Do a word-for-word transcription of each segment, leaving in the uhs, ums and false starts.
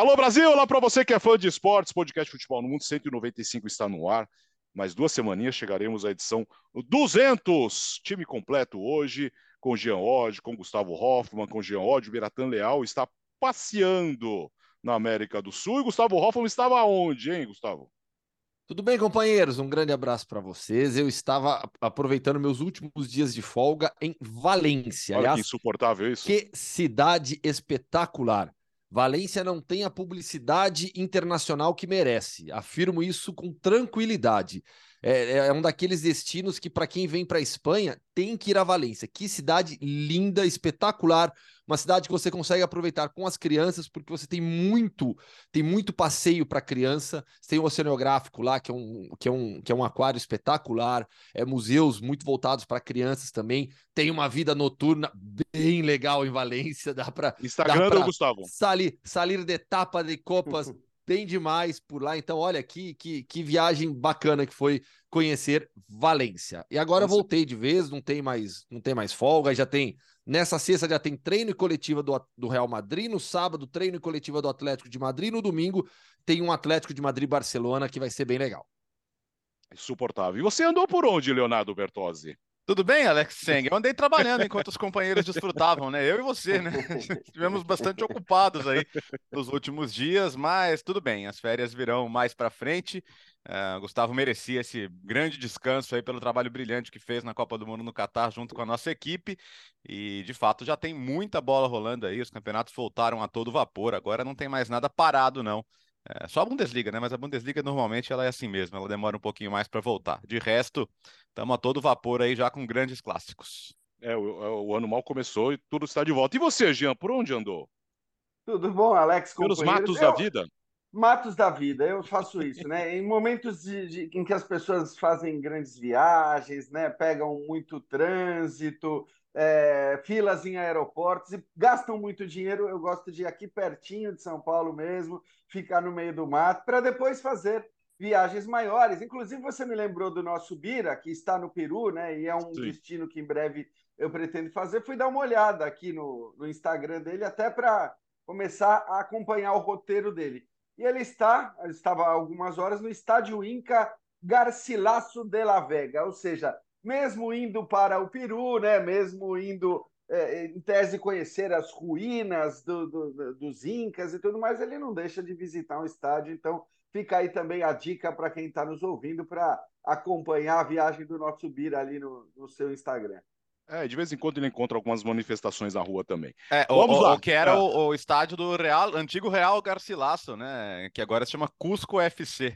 Alô Brasil, olá para você que é fã de esportes, podcast Futebol no Mundo cento e noventa e cinco está no ar. Mais duas semaninhas chegaremos à edição duzentos. Time completo hoje, com Jean Oddi, com Gustavo Hoffmann, com Jean Oddi, o Beratan Leal está passeando na América do Sul. E Gustavo Hoffmann estava onde, hein, Gustavo? Tudo bem, companheiros? Um grande abraço para vocês. Eu estava aproveitando meus últimos dias de folga em Valência. Olha que Aliás, insuportável isso. que cidade espetacular. Valência não tem a publicidade internacional que merece. Afirmo isso com tranquilidade. É, é um daqueles destinos que, para quem vem para a Espanha, tem que ir a Valência. Que cidade linda, espetacular. Uma cidade que você consegue aproveitar com as crianças, porque você tem muito, tem muito passeio para criança. Você tem o oceanográfico lá, que é um, que é um, que é um aquário espetacular. É, museus muito voltados para crianças também. Tem uma vida noturna bem legal em Valência. Dá para dá Instagram do para Gustavo. salir, salir de tapa de copas bem demais por lá. Então, olha que, que, que viagem bacana que foi conhecer Valência. E agora eu voltei de vez, não tem mais, não tem mais folga, já tem. Nessa sexta já tem treino e coletiva do, do Real Madrid, no sábado treino e coletiva do Atlético de Madrid, no domingo tem um Atlético de Madrid-Barcelona que vai ser bem legal. Insuportável. E você andou por onde, Leonardo Bertozzi? Tudo bem, Alex Seng? Eu andei trabalhando enquanto os companheiros desfrutavam, né? Eu e você, né? Estivemos bastante ocupados aí nos últimos dias, mas tudo bem, as férias virão mais para frente. Uh, Gustavo merecia esse grande descanso aí pelo trabalho brilhante que fez na Copa do Mundo no Catar junto com a nossa equipe. E, de fato, já tem muita bola rolando aí, os campeonatos voltaram a todo vapor, agora não tem mais nada parado, não. É, só a Bundesliga, né? Mas a Bundesliga normalmente ela é assim mesmo, ela demora um pouquinho mais para voltar. De resto, estamos a todo vapor aí já com grandes clássicos. É, o, o ano mal começou e tudo está de volta. E você, Jean, por onde andou? Tudo bom, Alex? Pelos Companheiros? matos eu, da vida? Matos da vida, eu faço isso, né? Em momentos de, de, em que as pessoas fazem grandes viagens, né? Pegam muito trânsito, é, filas em aeroportos e gastam muito dinheiro. Eu gosto de ir aqui pertinho de São Paulo mesmo, ficar no meio do mato, para depois fazer viagens maiores. Inclusive, você me lembrou do nosso Bira, que está no Peru, né? E é um Sim. destino que em breve eu pretendo fazer. Fui dar uma olhada aqui no, no Instagram dele, até para começar a acompanhar o roteiro dele. E ele está, ele estava há algumas horas no estádio Inca Garcilaso de la Vega, ou seja, mesmo indo para o Peru, né, mesmo indo, é, em tese, conhecer as ruínas do, do, dos Incas e tudo mais, ele não deixa de visitar um estádio. Então, fica aí também a dica para quem está nos ouvindo para acompanhar a viagem do nosso Bira ali no, no seu Instagram. É, de vez em quando ele encontra algumas manifestações na rua também. É, Vamos o, lá. O que era é. o, o estádio do Real, antigo Real Garcilaso, né? Que agora se chama Cusco F C.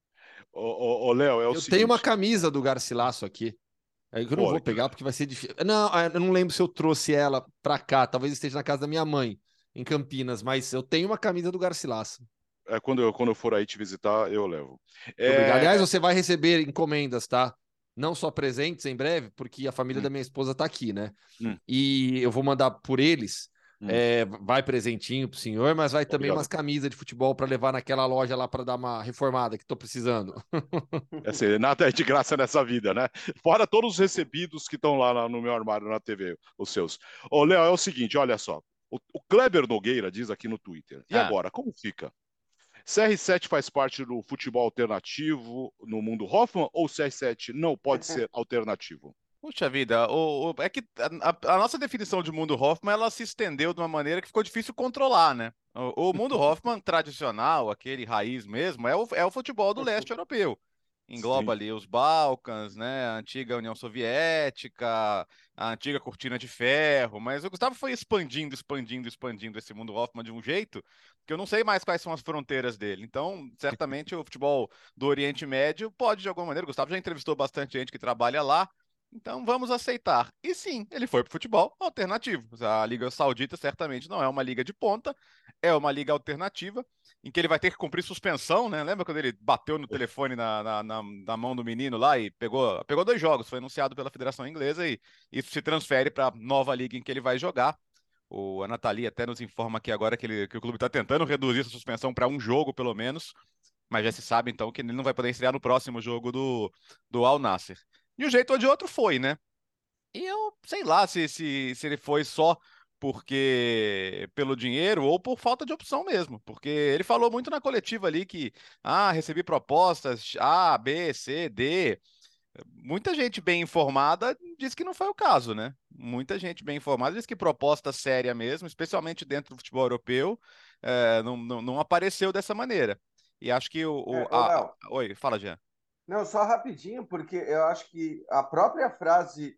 Ô, ô, Léo, é o eu seguinte... tenho uma camisa do Garcilaso aqui. É que eu não Pô, vou pegar porque vai ser difícil. Não, eu não lembro se eu trouxe ela pra cá. Talvez esteja na casa da minha mãe, em Campinas, mas eu tenho uma camisa do Garcilaso. É, quando, eu, quando eu for aí te visitar, eu levo. É... Obrigado. Aliás, É... você vai receber encomendas, tá? Não só presentes em breve, porque a família hum. da minha esposa tá aqui, né? Hum. E eu vou mandar por eles. Hum. É, vai presentinho pro senhor, mas vai também Obrigado. Umas camisas de futebol para levar naquela loja lá para dar uma reformada que tô precisando. É assim, nada é de graça nessa vida, né? Fora todos os recebidos que estão lá no meu armário na T V, os seus. Ô, Léo, é o seguinte, olha só. O, o Kleber Nogueira diz aqui no Twitter. E ah. agora, como fica? C R sete faz parte do futebol alternativo no mundo Hoffmann ou C R sete não pode ser alternativo? Puxa vida, o, o, é que a, a nossa definição de mundo Hoffmann ela se estendeu de uma maneira que ficou difícil controlar, né? O, o mundo Hoffmann tradicional, aquele raiz mesmo, é o, é o futebol do leste europeu. Engloba Sim. ali os Balcãs, né? A antiga União Soviética, a antiga Cortina de Ferro, mas o Gustavo foi expandindo, expandindo, expandindo esse mundo Hoffmann de um jeito que eu não sei mais quais são as fronteiras dele. Então, certamente o futebol do Oriente Médio pode, de alguma maneira, o Gustavo já entrevistou bastante gente que trabalha lá, então vamos aceitar. E sim, ele foi para o futebol alternativo. A Liga Saudita certamente não é uma liga de ponta, é uma liga alternativa, em que ele vai ter que cumprir suspensão, né? Lembra quando ele bateu no telefone na, na, na, na mão do menino lá e pegou, pegou dois jogos, foi anunciado pela Federação Inglesa e isso se transfere para a nova liga em que ele vai jogar. O, a Nathalie até nos informa aqui agora que, ele, que o clube está tentando reduzir essa suspensão para um jogo, pelo menos, mas já se sabe, então, que ele não vai poder estrear no próximo jogo do, do Al Nassr. De um jeito ou de outro foi, né? E eu sei lá se, se, se ele foi só porque pelo dinheiro ou por falta de opção mesmo, porque ele falou muito na coletiva ali que, ah, recebi propostas A, B, C, D. Muita gente bem informada diz que não foi o caso, né? Muita gente bem informada diz que proposta séria mesmo, especialmente dentro do futebol europeu, é, não, não, não apareceu dessa maneira. E acho que o. o É, ô, a... a- Léo, Oi, fala, Jean. não, só rapidinho, porque eu acho que a própria frase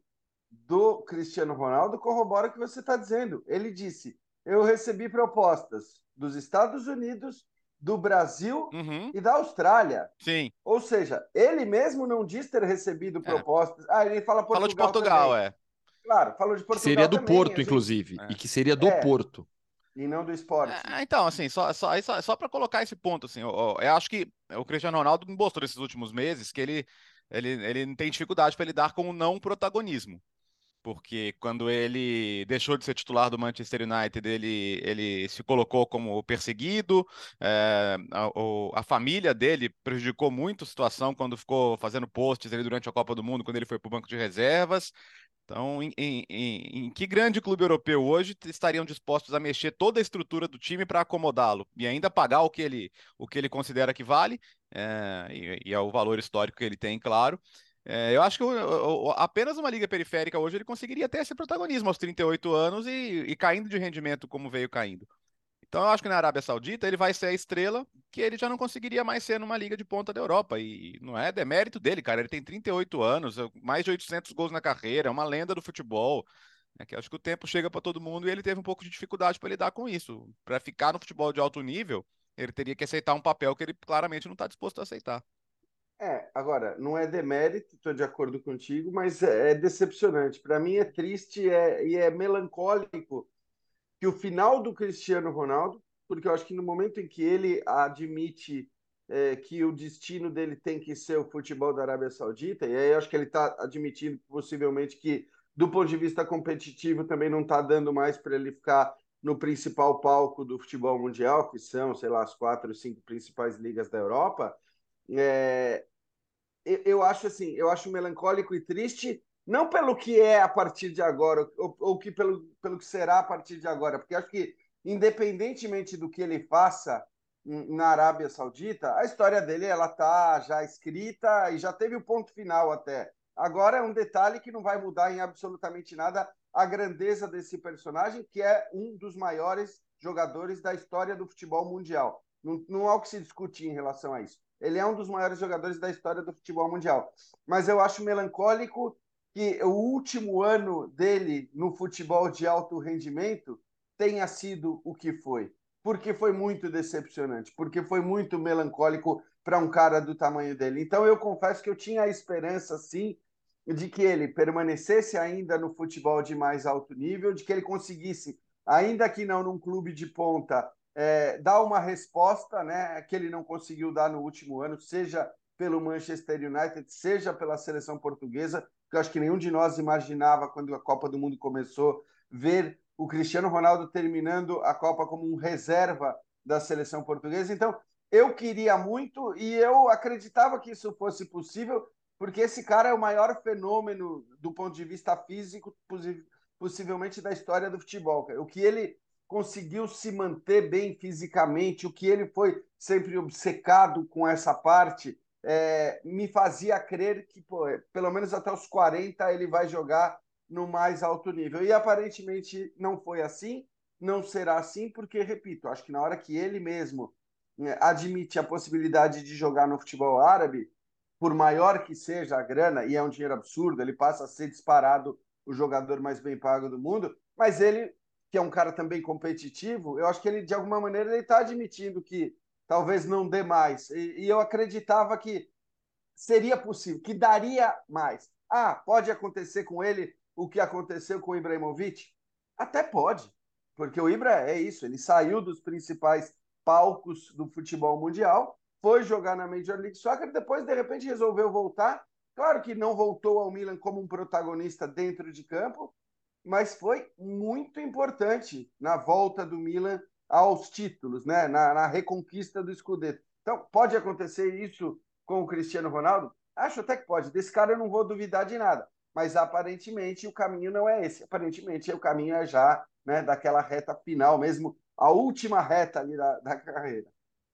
do Cristiano Ronaldo corrobora o que você está dizendo. Ele disse: eu recebi propostas dos Estados Unidos, do Brasil Uhum, e da Austrália. sim. Ou seja, ele mesmo não diz ter recebido É. propostas. Ah, ele fala Falou de Portugal Portugal, também. é. Claro, falou de Que seria Portugal do também. Porto, A gente inclusive. E É. que seria do é, Porto. e não do esporte. É, então, assim, só, só, aí só, só para colocar esse ponto, assim, ó, ó, eu acho que o Cristiano Ronaldo mostrou nesses últimos meses que ele, ele, ele tem dificuldade para lidar com o não protagonismo. Porque quando ele deixou de ser titular do Manchester United, ele, ele se colocou como perseguido, é, a, o- a família dele prejudicou muito a situação quando ficou fazendo posts ali durante a Copa do Mundo, quando ele foi para o banco de reservas. Então, em, em- em- em que grande clube europeu hoje estariam dispostos a mexer toda a estrutura do time para acomodá-lo e ainda pagar o que ele, o que ele considera que vale, é, e, e é o valor histórico que ele tem, claro. É, eu acho que o- o- apenas uma liga periférica hoje ele conseguiria ter esse protagonismo aos trinta e oito anos e, e caindo de rendimento como veio caindo. Então eu acho que na Arábia Saudita ele vai ser a estrela que ele já não conseguiria mais ser numa liga de ponta da Europa. E não é demérito dele, cara. Ele tem trinta e oito anos, mais de oitocentos gols na carreira, é uma lenda do futebol. É que eu acho que o tempo chega para todo mundo e ele teve um pouco de dificuldade para lidar com isso. Para ficar no futebol de alto nível, ele teria que aceitar um papel que ele claramente não está disposto a aceitar. É, agora, não é demérito, estou de acordo contigo, mas é, é decepcionante. Para mim é triste é, e é melancólico que o final do Cristiano Ronaldo, porque eu acho que no momento em que ele admite é, que o destino dele tem que ser o futebol da Arábia Saudita, e aí eu acho que ele está admitindo possivelmente que, do ponto de vista competitivo, também não está dando mais para ele ficar no principal palco do futebol mundial, que são, sei lá, as quatro, cinco principais ligas da Europa. É, eu, eu acho assim, eu acho melancólico e triste, não pelo que é a partir de agora, ou, ou que pelo, pelo que será a partir de agora, porque acho que, independentemente do que ele faça na Arábia Saudita, a história dele ela tá já escrita e já teve o ponto final até. Agora é um detalhe que não vai mudar em absolutamente nada a grandeza desse personagem, que é um dos maiores jogadores da história do futebol mundial. Não, não há o que se discutir em relação a isso. Ele é um dos maiores jogadores da história do futebol mundial. Mas eu acho melancólico que o último ano dele no futebol de alto rendimento tenha sido o que foi. Porque foi muito decepcionante, porque foi muito melancólico para um cara do tamanho dele. Então eu confesso que eu tinha a esperança, sim, de que ele permanecesse ainda no futebol de mais alto nível, de que ele conseguisse, ainda que não num clube de ponta, é, dar uma resposta, né, que ele não conseguiu dar no último ano, seja pelo Manchester United, seja pela seleção portuguesa, que eu acho que nenhum de nós imaginava quando a Copa do Mundo começou, ver o Cristiano Ronaldo terminando a Copa como um reserva da seleção portuguesa. Então, eu queria muito e eu acreditava que isso fosse possível, porque esse cara é o maior fenômeno do ponto de vista físico, possivelmente da história do futebol. O que ele conseguiu se manter bem fisicamente, o que ele foi sempre obcecado com essa parte, é, me fazia crer que, pô, pelo menos até os quarenta, ele vai jogar no mais alto nível. E aparentemente não foi assim, não será assim, porque, repito, acho que na hora que ele mesmo, né, admite a possibilidade de jogar no futebol árabe, por maior que seja a grana, e é um dinheiro absurdo, ele passa a ser disparado o jogador mais bem pago do mundo, mas ele, que é um cara também competitivo, eu acho que ele, de alguma maneira, ele está admitindo que talvez não dê mais. E, e eu acreditava que seria possível, que daria mais. Ah, pode acontecer com ele o que aconteceu com o Ibrahimovic? Até pode, porque o Ibra é isso, ele saiu dos principais palcos do futebol mundial, foi jogar na Major League Soccer, e depois, de repente, resolveu voltar. Claro que não voltou ao Milan como um protagonista dentro de campo, mas foi muito importante na volta do Milan aos títulos, né? na, na reconquista do Scudetto. Então, pode acontecer isso com o Cristiano Ronaldo? Acho até que pode. Desse cara eu não vou duvidar de nada. mas aparentemente o caminho não é esse. Aparentemente o caminho é já, né, daquela reta final, mesmo a última reta ali da, da carreira.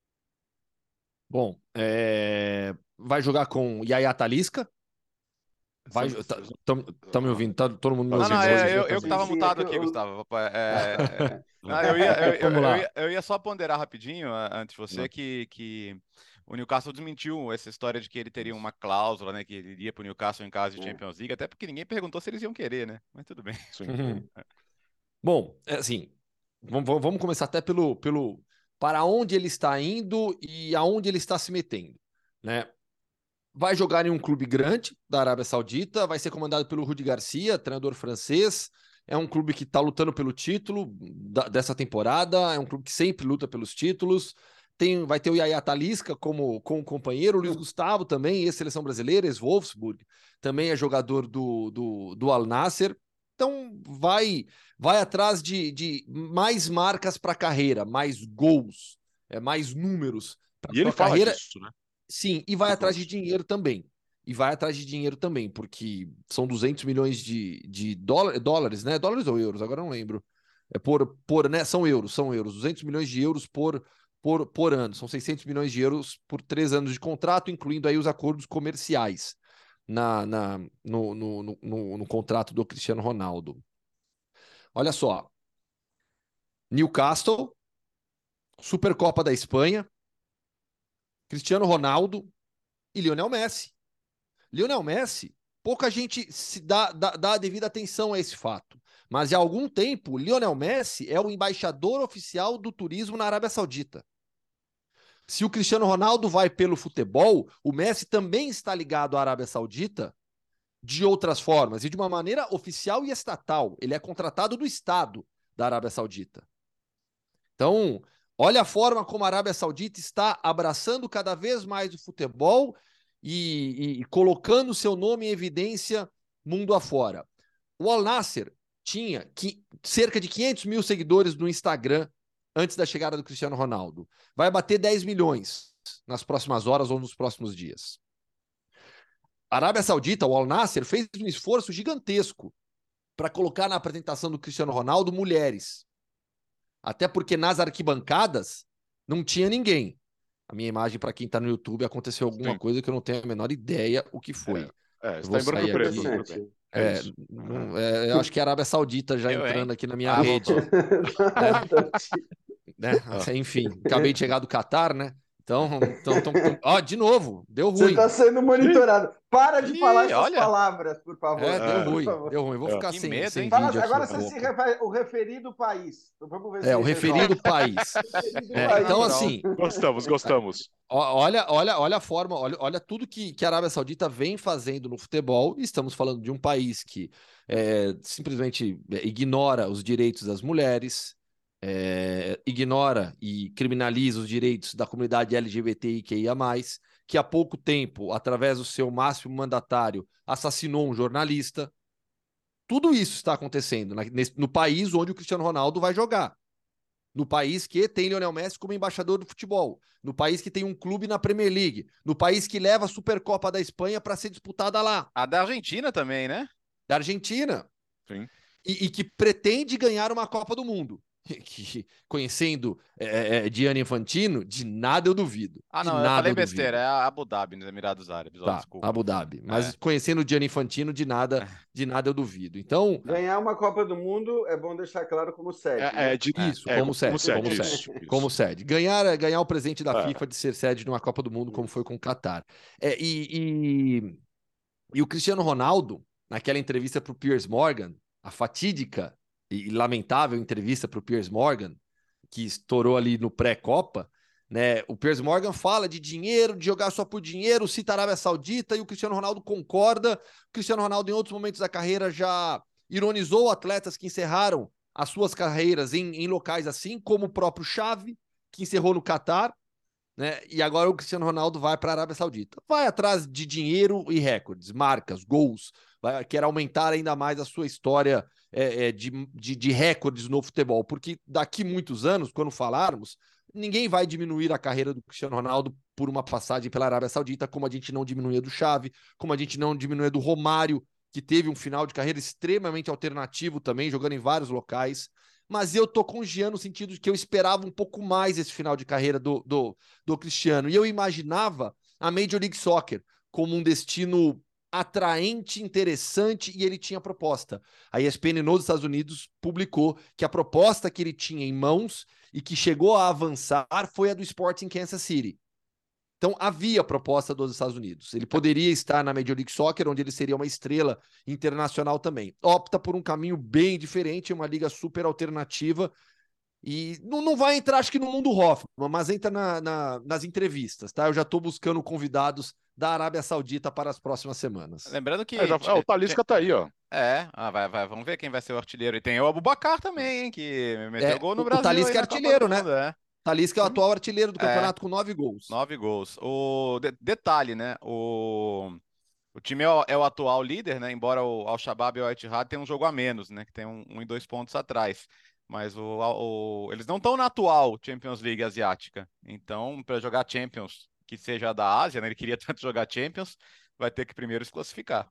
Bom, é... vai jogar com Yaya Talisca. Vai, estão tá, me ouvindo? Tá todo mundo me Não, ouvindo? não, é, eu, hoje, eu que tava Sim, sim, mutado é que aqui, eu- Gustavo. É, não, eu, ia, eu, eu, Vamos eu lá. ia, eu ia só ponderar rapidinho, a- antes de você, Não. que, que o Newcastle desmentiu essa história de que ele teria uma cláusula, né, que ele iria pro Newcastle em caso de É. Champions League, até porque ninguém perguntou se eles iam querer, né? Mas tudo bem. Sim. Uhum. Bom, é assim, vamos, vamos começar até pelo, pelo para onde ele está indo e aonde ele está se metendo, né? Vai jogar em um clube grande da Arábia Saudita, vai ser comandado pelo Rudi Garcia, treinador francês. É um clube que está lutando pelo título da, dessa temporada, é um clube que sempre luta pelos títulos. Tem, vai ter o Yaya Talisca como, como companheiro, o Luiz Gustavo também, ex-seleção brasileira, ex-Wolfsburg, também é jogador do, do, do Al Nassr. Então vai, vai atrás de, de mais marcas para a carreira, mais gols, é, mais números para E ele sua fala carreira. disso, né? Sim, e vai atrás de dinheiro também. E vai atrás de dinheiro também, porque são duzentos milhões de, de dólar, dólares, né? Dólares ou euros, agora não lembro. É por, por, né? São euros, são euros. duzentos milhões de euros por, por, por ano. São seiscentos milhões de euros por três anos de contrato, incluindo aí os acordos comerciais na, na, no, no, no, no, no contrato do Cristiano Ronaldo. Olha só. Newcastle, Supercopa da Espanha, Cristiano Ronaldo e Lionel Messi. Lionel Messi, pouca gente se dá, dá, dá a devida atenção a esse fato. Mas há algum tempo, Lionel Messi é o embaixador oficial do turismo na Arábia Saudita. Se o Cristiano Ronaldo vai pelo futebol, o Messi também está ligado à Arábia Saudita de outras formas e de uma maneira oficial e estatal. Ele é contratado do Estado da Arábia Saudita. Então, olha a forma como a Arábia Saudita está abraçando cada vez mais o futebol e, e, e colocando seu nome em evidência mundo afora. O Al Nassr tinha que, cerca de quinhentos mil seguidores no Instagram antes da chegada do Cristiano Ronaldo. Vai bater dez milhões nas próximas horas ou nos próximos dias. A Arábia Saudita, o Al Nassr, fez um esforço gigantesco para colocar na apresentação do Cristiano Ronaldo mulheres. Até porque nas arquibancadas não tinha ninguém. A minha imagem, para quem está no YouTube, aconteceu alguma Sim. coisa que eu não tenho a menor ideia o que foi. É, Eu você vou tá em branco sair e preto. aqui. tudo bem. Interessante. É É, isso. não- é, eu acho que é a Arábia Saudita já Eu, hein? entrando aqui na minha Ah, rede. Né? Ah. Enfim, acabei de chegar do Catar, né? Então, então, então, então- ó, de novo, deu Você ruim. está sendo monitorado. Para de Ih, falar essas olha. palavras, por favor. É, deu É. Por ruim, favor. deu ruim. Eu vou É. ficar Que sem, medo, sem hein? Fala, vídeo aqui agora um você se pouco. refere o referido país. Vamos ver se É, o resolve. referido país. Referido É, país. então, Pronto. assim, Gostamos, gostamos. Ó, Olha, olha, olha a forma, olha, olha tudo que, que a Arábia Saudita vem fazendo no futebol. E estamos falando de um país que é, simplesmente ignora os direitos das mulheres, é, ignora e criminaliza os direitos da comunidade L G B T I Q I A mais, que há pouco tempo, através do seu máximo mandatário, assassinou um jornalista. Tudo isso está acontecendo na, nesse, no país onde o Cristiano Ronaldo vai jogar. No país que tem Lionel Messi como embaixador do futebol, no país que tem um clube na Premier League, no país que leva a Supercopa da Espanha para ser disputada lá, A da Argentina também, né? da Argentina, Sim. e, e que pretende ganhar uma Copa do Mundo. Que, conhecendo é, é, Gianni Infantino, de nada eu duvido. Ah, De não, eu nada falei eu besteira. duvido. É a Abu Dhabi, nos Emirados Árabes. Ó, Tá, desculpa. Abu Dhabi. Mas É. conhecendo o Gianni Infantino, de nada, de nada eu duvido. Então, Ganhar uma Copa do Mundo é bom deixar claro como sede. É, né? é de, isso, é, como como sede, sede, como isso, sede. isso. Como sede. Ganhar, ganhar o presente da É. FIFA de ser sede de uma Copa do Mundo, como foi com o Catar. É, e, e, e o Cristiano Ronaldo, naquela entrevista para o Piers Morgan, a fatídica e lamentável entrevista para o Piers Morgan, que estourou ali no pré-Copa, né? O Piers Morgan fala de dinheiro, de jogar só por dinheiro, cita a Arábia Saudita, e o Cristiano Ronaldo concorda. O Cristiano Ronaldo, em outros momentos da carreira, já ironizou atletas que encerraram as suas carreiras em, em locais assim, como o próprio Xavi, que encerrou no Catar, né? E agora o Cristiano Ronaldo vai para a Arábia Saudita. Vai atrás de dinheiro e recordes, marcas, gols, vai, quer aumentar ainda mais a sua história é, é, de, de, de recordes no futebol, porque daqui muitos anos, quando falarmos, ninguém vai diminuir a carreira do Cristiano Ronaldo por uma passagem pela Arábia Saudita, como a gente não diminuía do Xavi, como a gente não diminuía do Romário, que que teve um final de carreira extremamente alternativo também, jogando em vários locais. Mas eu tô com o Jean no sentido de que eu esperava um pouco mais esse final de carreira do, do, do Cristiano. E eu imaginava a Major League Soccer como um destino atraente, interessante, e ele tinha proposta. A E S P N nos Estados Unidos publicou que a proposta que ele tinha em mãos e que chegou a avançar foi a do Sporting Kansas City. Então havia proposta dos Estados Unidos. Ele poderia estar na Major League Soccer, onde ele seria uma estrela internacional também. Opta por um caminho bem diferente, uma liga super alternativa. E não, não vai entrar, acho que no mundo Hoffman, mas entra na, na, nas entrevistas, tá? Eu já estou buscando convidados da Arábia Saudita para as próximas semanas. Lembrando que... É, já, é, o Talisca tá aí, ó. É, ah, vai, vai, vamos ver quem vai ser o artilheiro. E tem o Abubakar também, hein, que meteu É, gol no o, Brasil. O Talisca é artilheiro, né? Mundo, é. Talisca é o atual artilheiro do campeonato é, com nove gols. Nove gols. O de, detalhe, né? O, o time é o, é o atual líder, né? Embora o Al-Shabaab e o Al-Ittihad tenham um jogo a menos, né? Que tem um, um e dois pontos atrás. Mas o, o, eles não estão na atual Champions League asiática. Então, para jogar Champions, que seja da Ásia, né? Ele queria tanto jogar Champions, vai ter que primeiro se classificar.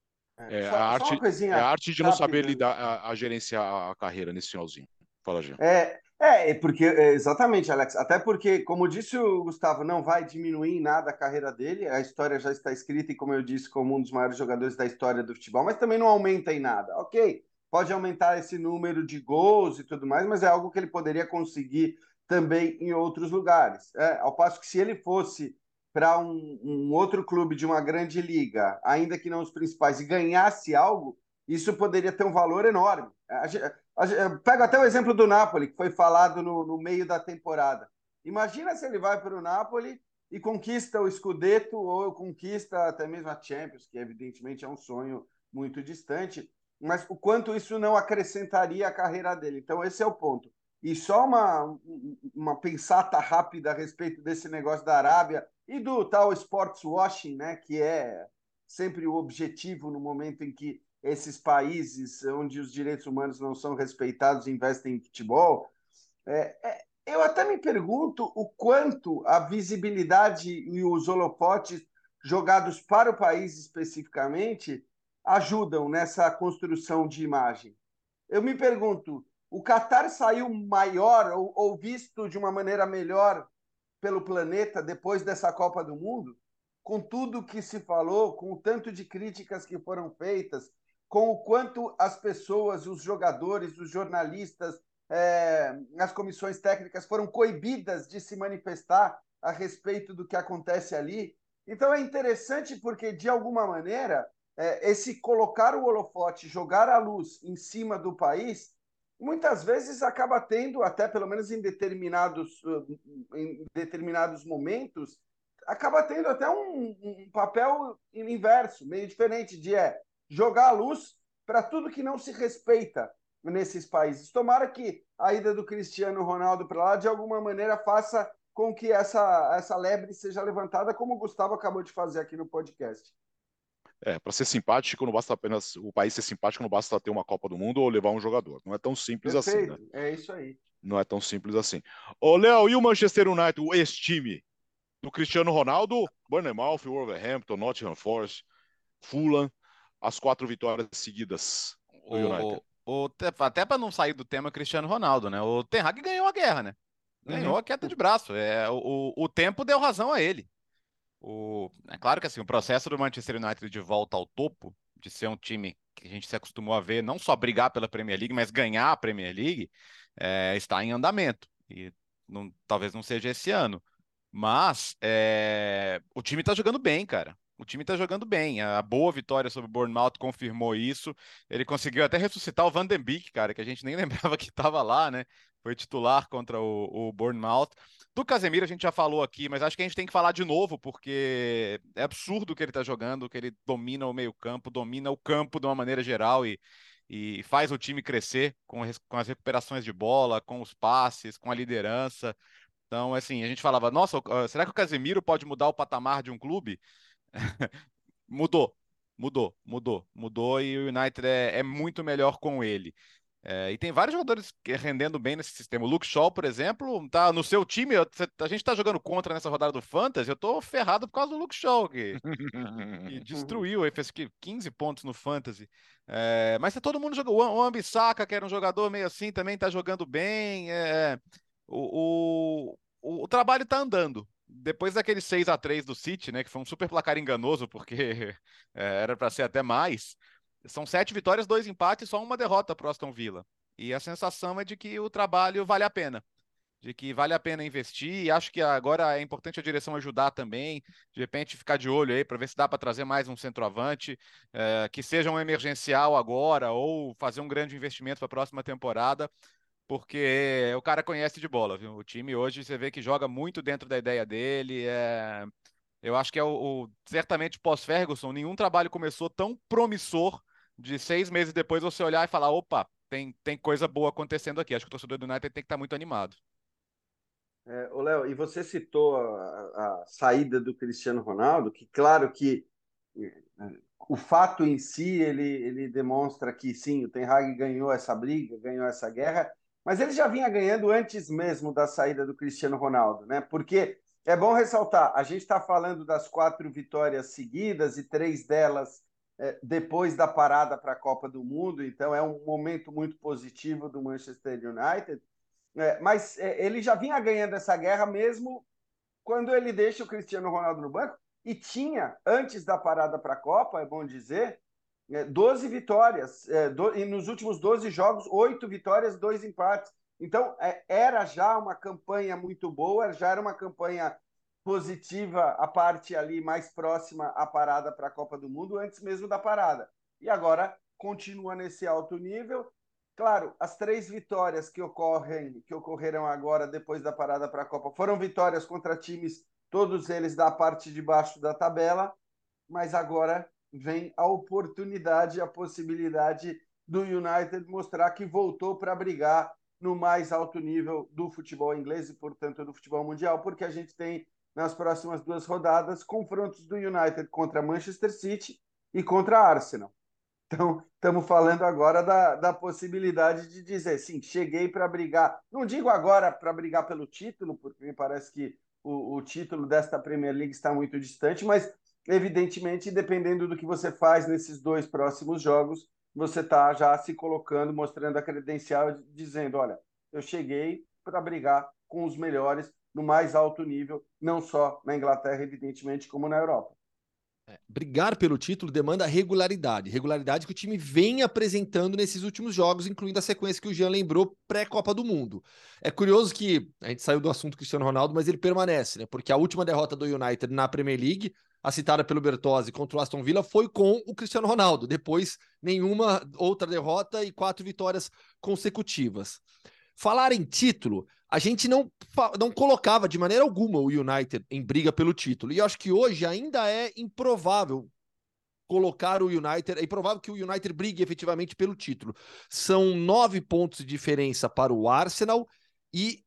É, só, a só arte, uma coisinha é a arte de não rápida. saber lidar, a, a gerenciar a carreira nesse finalzinho. Fala, Jean. É, é, porque, é, exatamente, Alex. Até porque, como disse o Gustavo, não vai diminuir em nada a carreira dele. A história já está escrita e, como eu disse, como um dos maiores jogadores da história do futebol, mas também não aumenta em nada. Ok, pode aumentar esse número de gols e tudo mais, mas é algo que ele poderia conseguir também em outros lugares. É, ao passo que, se ele fosse para um, um outro clube de uma grande liga, ainda que não os principais, e ganhasse algo, isso poderia ter um valor enorme. A gente, eu pego até o exemplo do Napoli, que foi falado no, no meio da temporada. Imagina se ele vai para o Napoli e conquista o Scudetto ou conquista até mesmo a Champions, que evidentemente é um sonho muito distante, mas o quanto isso não acrescentaria a carreira dele. Então esse é o ponto. E só uma, uma pensata rápida a respeito desse negócio da Arábia e do tal sports washing, né, que é sempre o objetivo no momento em que esses países onde os direitos humanos não são respeitados investem em futebol. É, é, eu até me pergunto o quanto a visibilidade e os holofotes jogados para o país especificamente ajudam nessa construção de imagem. Eu me pergunto, o Catar saiu maior ou, ou visto de uma maneira melhor pelo planeta depois dessa Copa do Mundo? Com tudo que se falou, com o tanto de críticas que foram feitas, com o quanto as pessoas, os jogadores, os jornalistas, é, as comissões técnicas foram coibidas de se manifestar a respeito do que acontece ali. Então é interessante porque, de alguma maneira, é, esse colocar o holofote, jogar a luz em cima do país, muitas vezes acaba tendo, até pelo menos em determinados, em determinados momentos, acaba tendo até um, um papel inverso, meio diferente, de é, jogar a luz para tudo que não se respeita nesses países. Tomara que a ida do Cristiano Ronaldo para lá, de alguma maneira, faça com que essa, essa lebre seja levantada, como o Gustavo acabou de fazer aqui no podcast. É, para ser simpático, não basta apenas o país ser simpático, não basta ter uma Copa do Mundo ou levar um jogador. Não é tão simples Perfeito, assim, né? É isso aí. Não é tão simples assim. Ô, Léo, e o Manchester United, o ex-time do Cristiano Ronaldo? Bournemouth, Wolverhampton, Nottingham Forest, Fulham, as quatro vitórias seguidas do United. O, o, até para não sair do tema Cristiano Ronaldo, né? O Ten Hag ganhou a guerra, né? Ganhou uhum. a queda de braço. É, o, o tempo deu razão a ele. O, é claro que assim, o processo do Manchester United de volta ao topo, de ser um time que a gente se acostumou a ver, não só brigar pela Premier League, mas ganhar a Premier League, é, está em andamento. E não, talvez não seja esse ano. Mas é, o time está jogando bem, cara. O time está jogando bem. A boa vitória sobre o Bournemouth confirmou isso. Ele conseguiu até ressuscitar o Van den Beek, cara, que a gente nem lembrava que estava lá, né? Foi titular contra o, o Bournemouth. Do Casemiro a gente já falou aqui, mas acho que a gente tem que falar de novo, porque é absurdo o que ele está jogando, que ele domina o meio-campo, domina o campo de uma maneira geral e, e faz o time crescer com, com as recuperações de bola, com os passes, com a liderança. Então, assim, a gente falava, nossa, será que o Casemiro pode mudar o patamar de um clube? Mudou, mudou, mudou, mudou e o United é, é muito melhor com ele. É, e tem vários jogadores rendendo bem nesse sistema. O Luke Shaw, por exemplo, tá no seu time. Eu, a gente tá jogando contra nessa rodada do Fantasy. Eu tô ferrado por causa do Luke Shaw, que, que destruiu. Ele fez quinze pontos no Fantasy. É, mas tá todo mundo jogando. O Wan-Bissaka, que era um jogador meio assim, também tá jogando bem. É, o, o, o trabalho tá andando. Depois daquele seis a três do City, né, que foi um super placar enganoso, porque é, era para ser até mais. São sete vitórias, dois empates e só uma derrota para o Aston Villa. E a sensação é de que o trabalho vale a pena. De que vale a pena investir. E acho que agora é importante a direção ajudar também. De repente ficar de olho aí para ver se dá para trazer mais um centroavante. É, que seja um emergencial agora ou fazer um grande investimento para a próxima temporada. Porque o cara conhece de bola, viu? O time hoje você vê que joga muito dentro da ideia dele. É... Eu acho que é o, o certamente pós-Ferguson, nenhum trabalho começou tão promissor de seis meses depois você olhar e falar, opa, tem, tem coisa boa acontecendo aqui. Acho que o torcedor do United tem que estar muito animado. É, ô Léo, e você citou a, a saída do Cristiano Ronaldo, que claro que o fato em si, ele, ele demonstra que sim, o Ten Hag ganhou essa briga, ganhou essa guerra, mas ele já vinha ganhando antes mesmo da saída do Cristiano Ronaldo, né? Porque é bom ressaltar, a gente está falando das quatro vitórias seguidas e três delas é, depois da parada para a Copa do Mundo, então é um momento muito positivo do Manchester United, é, mas é, ele já vinha ganhando essa guerra mesmo quando ele deixa o Cristiano Ronaldo no banco, e tinha, antes da parada para a Copa, é bom dizer, doze vitórias, e nos últimos doze jogos, oito vitórias, dois empates. Então, era já uma campanha muito boa, já era uma campanha positiva, a parte ali mais próxima à parada para a Copa do Mundo, antes mesmo da parada. E agora continua nesse alto nível. Claro, as três vitórias que ocorrem, que ocorreram agora depois da parada para a Copa, foram vitórias contra times, todos eles da parte de baixo da tabela, mas agora vem a oportunidade, a possibilidade do United mostrar que voltou para brigar no mais alto nível do futebol inglês e, portanto, do futebol mundial, porque a gente tem nas próximas duas rodadas confrontos do United contra Manchester City e contra Arsenal. Então, estamos falando agora da, da possibilidade de dizer, sim, cheguei para brigar. Não digo agora para brigar pelo título, porque me parece que o, o título desta Premier League está muito distante, mas, evidentemente, dependendo do que você faz nesses dois próximos jogos, você está já se colocando, mostrando a credencial, dizendo, olha, eu cheguei para brigar com os melhores no mais alto nível, não só na Inglaterra, evidentemente, como na Europa. É, brigar pelo título demanda regularidade, regularidade que o time vem apresentando nesses últimos jogos, incluindo a sequência que o Jean lembrou, pré-Copa do Mundo. É curioso que a gente saiu do assunto Cristiano Ronaldo, mas ele permanece, né? Porque a última derrota do United na Premier League, a citada pelo Bertozzi contra o Aston Villa, foi com o Cristiano Ronaldo. Depois, nenhuma outra derrota e quatro vitórias consecutivas. Falar em título, a gente não, não colocava de maneira alguma o United em briga pelo título. E eu acho que hoje ainda é improvável colocar o United, é improvável que o United brigue efetivamente pelo título. São nove pontos de diferença para o Arsenal e...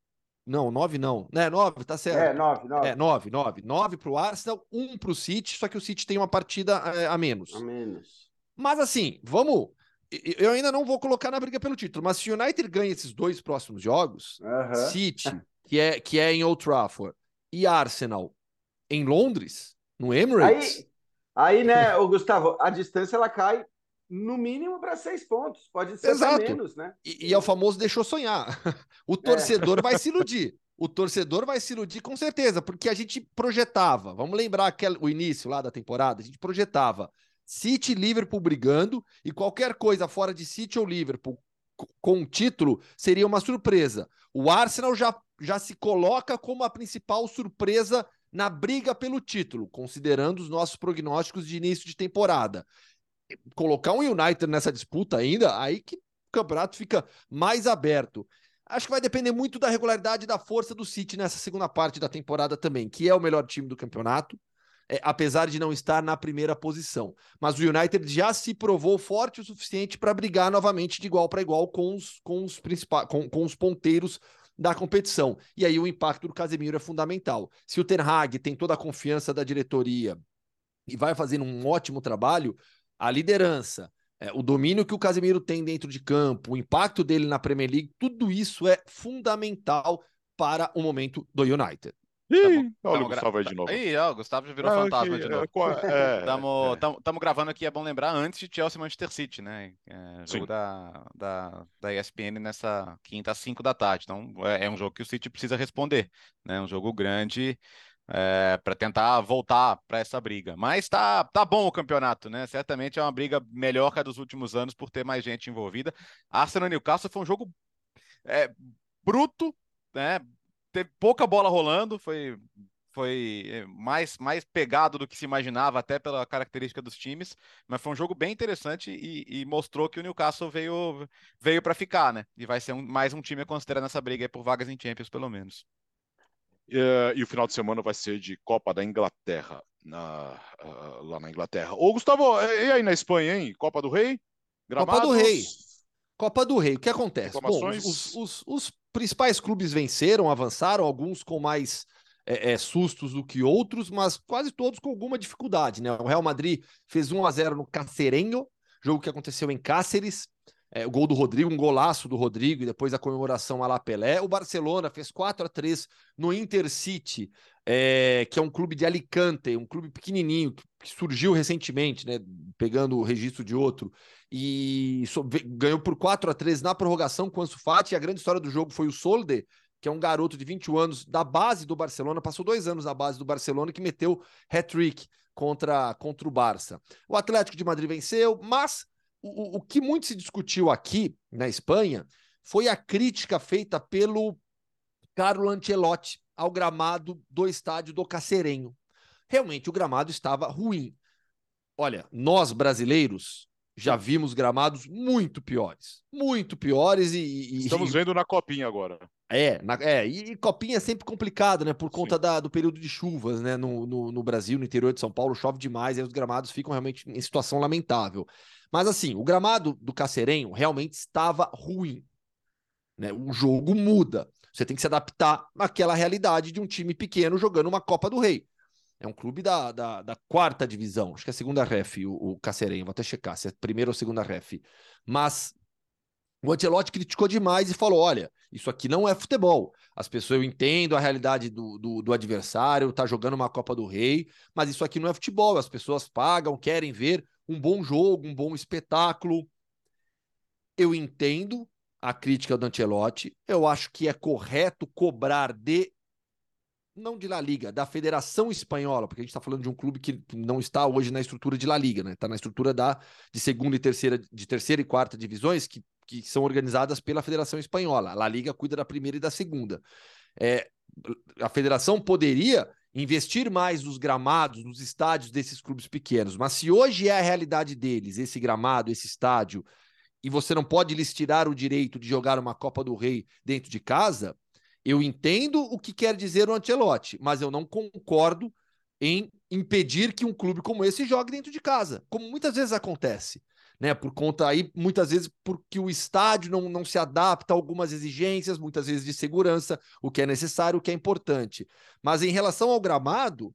Não, nove não. Né, nove, tá certo. É, nove, nove. É, nove, nove. Nove para o Arsenal, um para o City, só que o City tem uma partida é, a menos. A menos. Mas assim, vamos... Eu ainda não vou colocar na briga pelo título, mas se o United ganha esses dois próximos jogos, uhum. City, que é, que é em Old Trafford, e Arsenal em Londres, no Emirates... Aí, aí né, o Gustavo, a distância ela cai no mínimo para seis pontos, pode ser Exato. até menos, né? E, e é o famoso deixou sonhar. O torcedor é. vai se iludir. O torcedor vai se iludir com certeza, porque a gente projetava, vamos lembrar aquele, o início lá da temporada, a gente projetava City e Liverpool brigando, e qualquer coisa fora de City ou Liverpool com título seria uma surpresa. O Arsenal já, já se coloca como a principal surpresa na briga pelo título, considerando os nossos prognósticos de início de temporada. Colocar um United nessa disputa ainda, aí que o campeonato fica mais aberto. Acho que vai depender muito da regularidade e da força do City nessa segunda parte da temporada também, que é o melhor time do campeonato. É, apesar de não estar na primeira posição. Mas o United já se provou forte o suficiente para brigar novamente de igual para igual com os, com, os principais, com, com os ponteiros da competição. E aí o impacto do Casemiro é fundamental. Se o Ten Hag tem toda a confiança da diretoria e vai fazendo um ótimo trabalho, a liderança, É, o domínio que o Casemiro tem dentro de campo, o impacto dele na Premier League, tudo isso é fundamental para o momento do United. Ih, olha o Tamo gra... Gustavo aí de novo. Ih, ó, o Gustavo já virou É, fantasma que- de é, novo. qual- é, Tamo, é. tamo, tamo gravando aqui, é bom lembrar, antes de Chelsea e Manchester City, né? É, jogo Sim. da, da, da E S P N nessa quinta às cinco da tarde. Então, é, é um jogo que o City precisa responder, né? Um jogo grande é, para tentar voltar para essa briga. Mas tá, tá bom o campeonato, né? Certamente é uma briga melhor que a dos últimos anos por ter mais gente envolvida. Arsenal e Newcastle foi um jogo é, bruto, né? Teve pouca bola rolando, foi foi é, mais, mais pegado do que se imaginava, até pela característica dos times, mas foi um jogo bem interessante e, e mostrou que o Newcastle veio, veio para ficar, né? E vai ser um, mais um time a considerar nessa briga aí por vagas em Champions, pelo menos. É, e o final de semana vai ser de Copa da Inglaterra, na, uh, lá na Inglaterra. Ô, Gustavo, e aí na Espanha, hein? Copa do Rei? Copa do Rei. Gramados? Copa do Rei, o que acontece? Bom, os, Reclamações? os, os, os principais clubes venceram, avançaram, alguns com mais é, é, sustos do que outros, mas quase todos com alguma dificuldade, né? O Real Madrid fez um a zero no Cacerenho, jogo que aconteceu em Cáceres, é, o gol do Rodrigo, um golaço do Rodrigo, e depois a comemoração à la Pelé. O Barcelona fez quatro a três no Intercity, é, que é um clube de Alicante, um clube pequenininho, que, que surgiu recentemente, né? Pegando o registro de outro, e so, ganhou por quatro a três na prorrogação com o Ansu Fati. E a grande história do jogo foi o Solde, que é um garoto de vinte e um anos da base do Barcelona, passou dois anos na base do Barcelona, que meteu hat-trick contra, contra o Barça. O Atlético de Madrid venceu, mas o, o que muito se discutiu aqui na Espanha foi a crítica feita pelo Carlo Ancelotti ao gramado do estádio do Cacerenho. Realmente o gramado estava ruim. Olha, nós brasileiros já vimos gramados muito piores, muito piores e... e Estamos e, vendo na Copinha agora. É, na, é e, e Copinha é sempre complicado, né? Por conta Sim. da, do período de chuvas, né? No, no, no Brasil, no interior de São Paulo, chove demais e os gramados ficam realmente em situação lamentável. Mas assim, o gramado do Cacerenho realmente estava ruim, né? O jogo muda. Você tem que se adaptar àquela realidade de um time pequeno jogando uma Copa do Rei. É um clube da, da, da quarta divisão, acho que é a segunda ref, o, o Cacerenho, vou até checar se é primeira ou segunda ref. Mas o Ancelotti criticou demais e falou: olha, isso aqui não é futebol. As pessoas, eu entendo a realidade do, do, do adversário, tá jogando uma Copa do Rei, mas isso aqui não é futebol. As pessoas pagam, querem ver um bom jogo, um bom espetáculo. Eu entendo a crítica do Ancelotti, eu acho que é correto cobrar de, não de La Liga, da Federação Espanhola, porque a gente está falando de um clube que não está hoje na estrutura de La Liga, né? Está na estrutura da, de segunda e terceira, de terceira e quarta divisões, que, que são organizadas pela Federação Espanhola. A La Liga cuida da primeira e da segunda. É, a federação poderia investir mais nos gramados, nos estádios desses clubes pequenos, mas se hoje é a realidade deles, esse gramado, esse estádio, e você não pode lhes tirar o direito de jogar uma Copa do Rei dentro de casa, eu entendo o que quer dizer o Ancelotti, mas eu não concordo em impedir que um clube como esse jogue dentro de casa, como muitas vezes acontece, né? Por conta aí, muitas vezes, porque o estádio não, não se adapta a algumas exigências, muitas vezes de segurança, o que é necessário, o que é importante. Mas em relação ao gramado,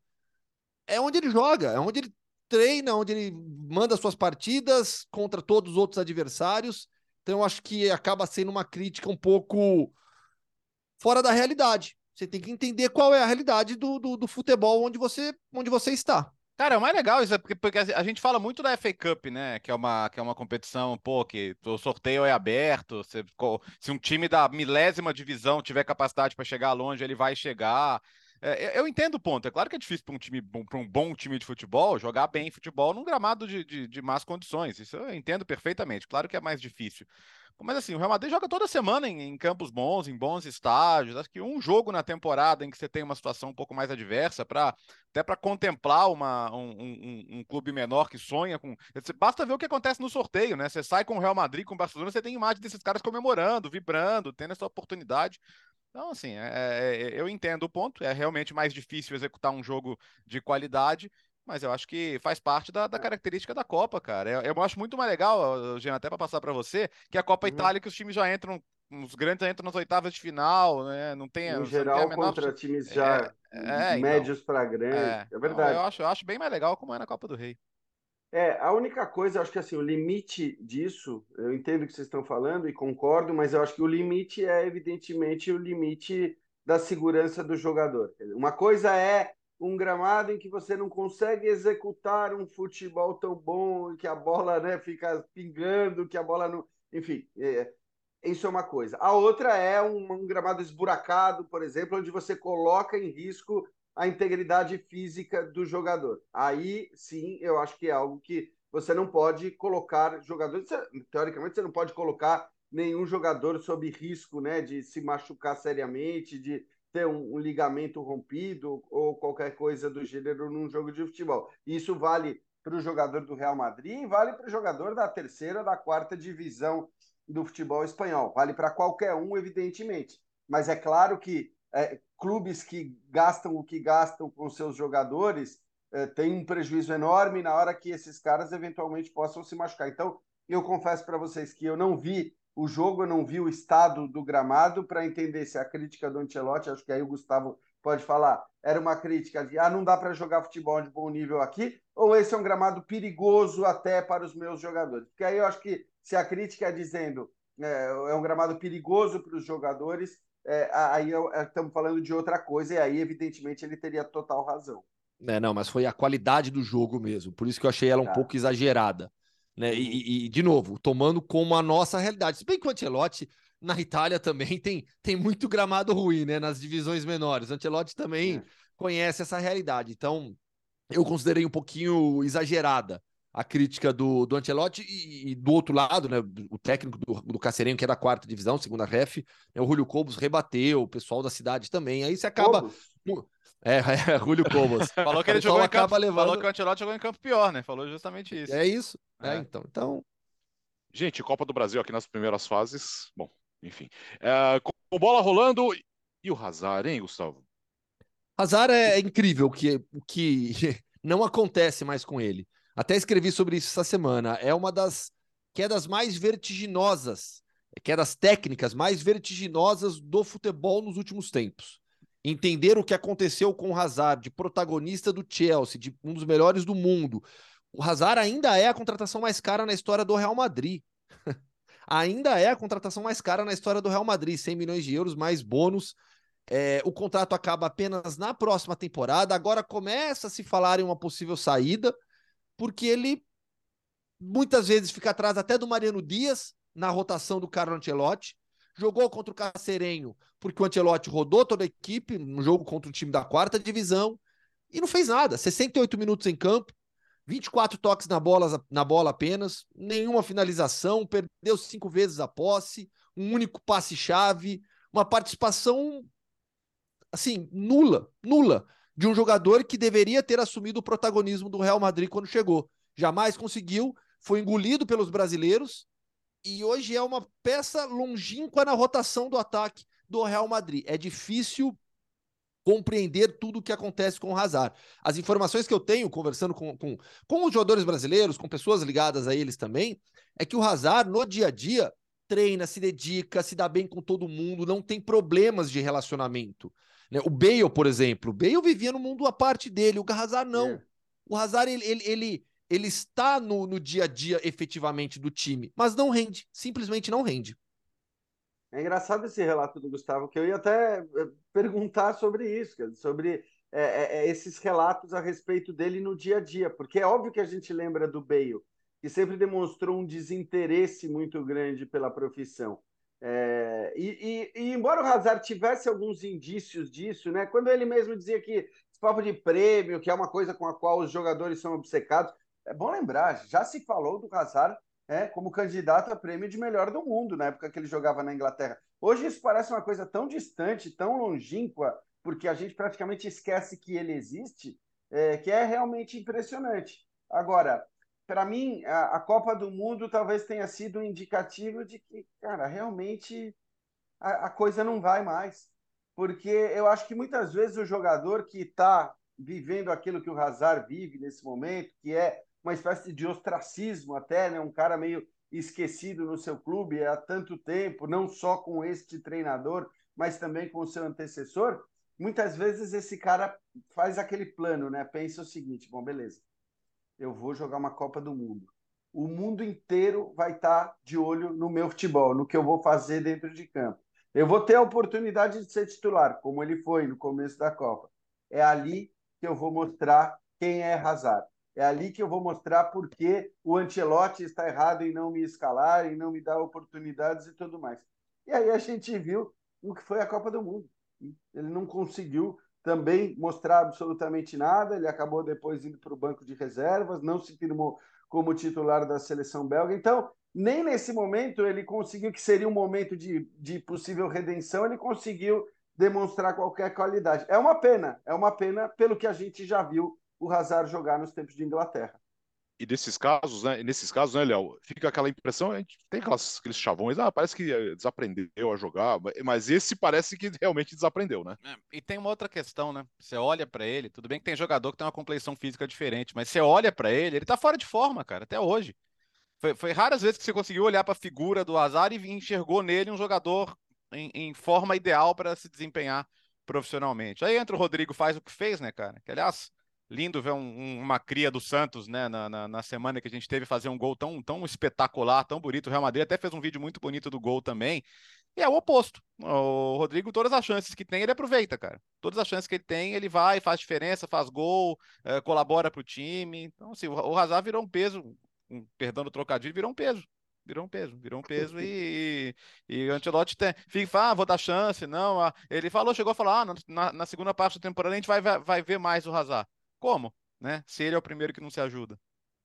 é onde ele joga, é onde ele treina, onde ele manda suas partidas contra todos os outros adversários. Então, eu acho que acaba sendo uma crítica um pouco fora da realidade. Você tem que entender qual é a realidade do, do, do futebol onde você, onde você está. Cara, é o mais legal isso, é porque, porque a gente fala muito da F A Cup, né? Que é uma, que é uma competição, pô, que o sorteio é aberto. Você, se um time da milésima divisão tiver capacidade para chegar longe, ele vai chegar. É, eu entendo o ponto. É claro que é difícil para um time, para um bom time de futebol jogar bem futebol num gramado de, de, de más condições. Isso eu entendo perfeitamente. Claro que é mais difícil. Mas assim, o Real Madrid joga toda semana em, em campos bons, em bons estádios. Acho que um jogo na temporada em que você tem uma situação um pouco mais adversa, para até para contemplar uma, um, um, um clube menor que sonha com. Basta ver o que acontece no sorteio, né? Você sai com o Real Madrid, com o Barcelona, você tem imagem desses caras comemorando, vibrando, tendo essa oportunidade. Então, assim, é, é, eu entendo o ponto. É realmente mais difícil executar um jogo de qualidade. Mas eu acho que faz parte da, da característica da Copa, cara. Eu, eu acho muito mais legal, Jean, até para passar para você, que a Copa Uhum. Itália, que os times já entram, os grandes já entram nas oitavas de final, né? Não tem, Em você não tem a geral, menor. contra times É, já é, então. médios para grandes. É, É então, eu verdade. acho, eu acho bem mais legal como é na Copa do Rei. É, a única coisa, eu acho que assim, o limite disso, eu entendo o que vocês estão falando e concordo, mas eu acho que o limite é evidentemente o limite da segurança do jogador. Uma coisa é um gramado em que você não consegue executar um futebol tão bom, que a bola, né, fica pingando, que a bola não. Enfim, é, isso é uma coisa. A outra é um, um gramado esburacado, por exemplo, onde você coloca em risco a integridade física do jogador. Aí sim, eu acho que é algo que você não pode colocar jogadores. Teoricamente, você não pode colocar nenhum jogador sob risco, né, de se machucar seriamente, de ter um, um ligamento rompido ou qualquer coisa do gênero num jogo de futebol. Isso vale para o jogador do Real Madrid e vale para o jogador da terceira, da quarta divisão do futebol espanhol. Vale para qualquer um, evidentemente. Mas é claro que é, clubes que gastam o que gastam com seus jogadores é, têm um prejuízo enorme na hora que esses caras eventualmente possam se machucar. Então, eu confesso para vocês que eu não vi o jogo, eu não vi o estado do gramado para entender se a crítica do Ancelotti, acho que aí o Gustavo pode falar, era uma crítica de ah, não dá para jogar futebol de bom nível aqui, ou esse é um gramado perigoso até para os meus jogadores. Porque aí eu acho que se a crítica é dizendo é, é um gramado perigoso para os jogadores, é, aí estamos falando de outra coisa, e aí, evidentemente, ele teria total razão. É, não, mas foi a qualidade do jogo mesmo. Por isso que eu achei ela um Tá. pouco exagerada. Né? Uhum. E, e, de novo, tomando como a nossa realidade. Se bem que o Ancelotti, na Itália, também tem, tem muito gramado ruim, né? Nas divisões menores. O Ancelotti também É. conhece essa realidade. Então, eu considerei um pouquinho exagerada a crítica do, do Ancelotti e, e do outro lado, né, o técnico do, do Cacerenho, que é da quarta divisão, segunda ref, né, o Julio Cobos rebateu, o pessoal da cidade também, aí você acaba... Cobos? É, é, Julio Cobos. Falou que O ele pessoal jogou em acaba campo, falou levando... que o Ancelotti jogou em campo pior, né? Falou justamente isso. É isso, é, É. então, então... Gente, Copa do Brasil aqui nas primeiras fases. Bom, enfim. É, com bola rolando. E o Hazard, hein, Gustavo? Hazard é incrível o que, o que não acontece mais com ele. Até escrevi sobre isso essa semana. É uma das quedas mais vertiginosas, quedas técnicas mais vertiginosas do futebol nos últimos tempos. Entender o que aconteceu com o Hazard, de protagonista do Chelsea, de um dos melhores do mundo. O Hazard ainda é a contratação mais cara na história do Real Madrid. Ainda é a contratação mais cara na história do Real Madrid, cem milhões de euros mais bônus. É, o contrato acaba apenas na próxima temporada. Agora começa a se falar em uma possível saída, porque ele muitas vezes fica atrás até do Mariano Dias na rotação do Carlo Ancelotti. Jogou contra o Cacerenho porque o Ancelotti rodou toda a equipe no jogo contra o time da quarta divisão e não fez nada. sessenta e oito minutos em campo, vinte e quatro toques na bola, na bola apenas, nenhuma finalização, perdeu cinco vezes a posse, um único passe-chave, uma participação assim, nula, nula, de um jogador que deveria ter assumido o protagonismo do Real Madrid quando chegou. Jamais conseguiu, foi engolido pelos brasileiros e hoje é uma peça longínqua na rotação do ataque do Real Madrid. É difícil compreender tudo o que acontece com o Hazard. As informações que eu tenho, conversando com, com, com os jogadores brasileiros, com pessoas ligadas a eles também, é que o Hazard, no dia a dia, treina, se dedica, se dá bem com todo mundo, não tem problemas de relacionamento. Né? O Bale, por exemplo, o Bale vivia no mundo à parte dele, o Hazard não. É. O Hazard, ele, ele, ele, ele está no, no dia a dia, efetivamente, do time, mas não rende, simplesmente não rende. É engraçado esse relato do Gustavo, que eu ia até eh, perguntar sobre isso, cara, sobre é, é, esses relatos a respeito dele no dia a dia, porque é óbvio que a gente lembra do Bale, que sempre demonstrou um desinteresse muito grande pela profissão. É, e, e, e embora o Hazard tivesse alguns indícios disso, né, quando ele mesmo dizia que esse papo de prêmio, que é uma coisa com a qual os jogadores são obcecados, é bom lembrar, já se falou do Hazard é, como candidato a prêmio de melhor do mundo, na época que ele jogava na Inglaterra. Hoje isso parece uma coisa tão distante, tão longínqua, porque a gente praticamente esquece que ele existe, é, que é realmente impressionante. Agora, para mim, a, a Copa do Mundo talvez tenha sido um indicativo de que, cara, realmente a, a coisa não vai mais. Porque eu acho que muitas vezes o jogador que está vivendo aquilo que o Hazard vive nesse momento, que é uma espécie de ostracismo até, né? Um cara meio esquecido no seu clube há tanto tempo, não só com este treinador, mas também com o seu antecessor. Muitas vezes esse cara faz aquele plano, né? Pensa o seguinte, bom, beleza. eu vou jogar uma Copa do Mundo. O mundo inteiro vai estar de olho no meu futebol, no que eu vou fazer dentro de campo. Eu vou ter a oportunidade de ser titular, como ele foi no começo da Copa. É ali que eu vou mostrar quem é Hazard. É ali que eu vou mostrar por que o Ancelotti está errado em não me escalar, em não me dar oportunidades e tudo mais. E aí a gente viu o que foi a Copa do Mundo. Ele não conseguiu também mostrar absolutamente nada, ele acabou depois indo para o banco de reservas, não se firmou como titular da seleção belga. Então, nem nesse momento ele conseguiu, que seria um momento de, de possível redenção, ele conseguiu demonstrar qualquer qualidade. É uma pena, é uma pena pelo que a gente já viu o Hazard jogar nos tempos de Inglaterra. E nesses casos, né? Nesses casos, né, Léo? Fica aquela impressão, a gente tem aquelas, aqueles chavões, ah, parece que desaprendeu a jogar, mas esse parece que realmente desaprendeu, né? É, e tem uma outra questão, né? Você olha pra ele, tudo bem que tem jogador que tem uma complexão física diferente, mas você olha pra ele, ele tá fora de forma, cara, até hoje. Foi, foi raras vezes que você conseguiu olhar pra figura do Hazard e enxergou nele um jogador em, em forma ideal para se desempenhar profissionalmente. Aí entra o Rodrigo, faz o que fez, né, cara? Que, aliás, lindo ver um, um, uma cria do Santos, né, na, na, na, semana que a gente teve fazer um gol tão, tão espetacular, tão bonito. O Real Madrid até fez um vídeo muito bonito do gol também. E é o oposto. O Rodrigo, todas as chances que tem, ele aproveita, cara. Todas as chances que ele tem, ele vai, faz diferença, faz gol, é, colabora pro time. Então, assim, o, o Hazard virou um peso, um, perdão do trocadilho, virou um peso. Virou um peso, virou um peso e, e o Ancelotti tem, fica, ah, vou dar chance, não. Ah, ele falou, chegou a falar, ah, na, na segunda parte da temporada a gente vai, vai, vai ver mais o Hazard. Como? Né? Se ele é o primeiro que não se ajuda.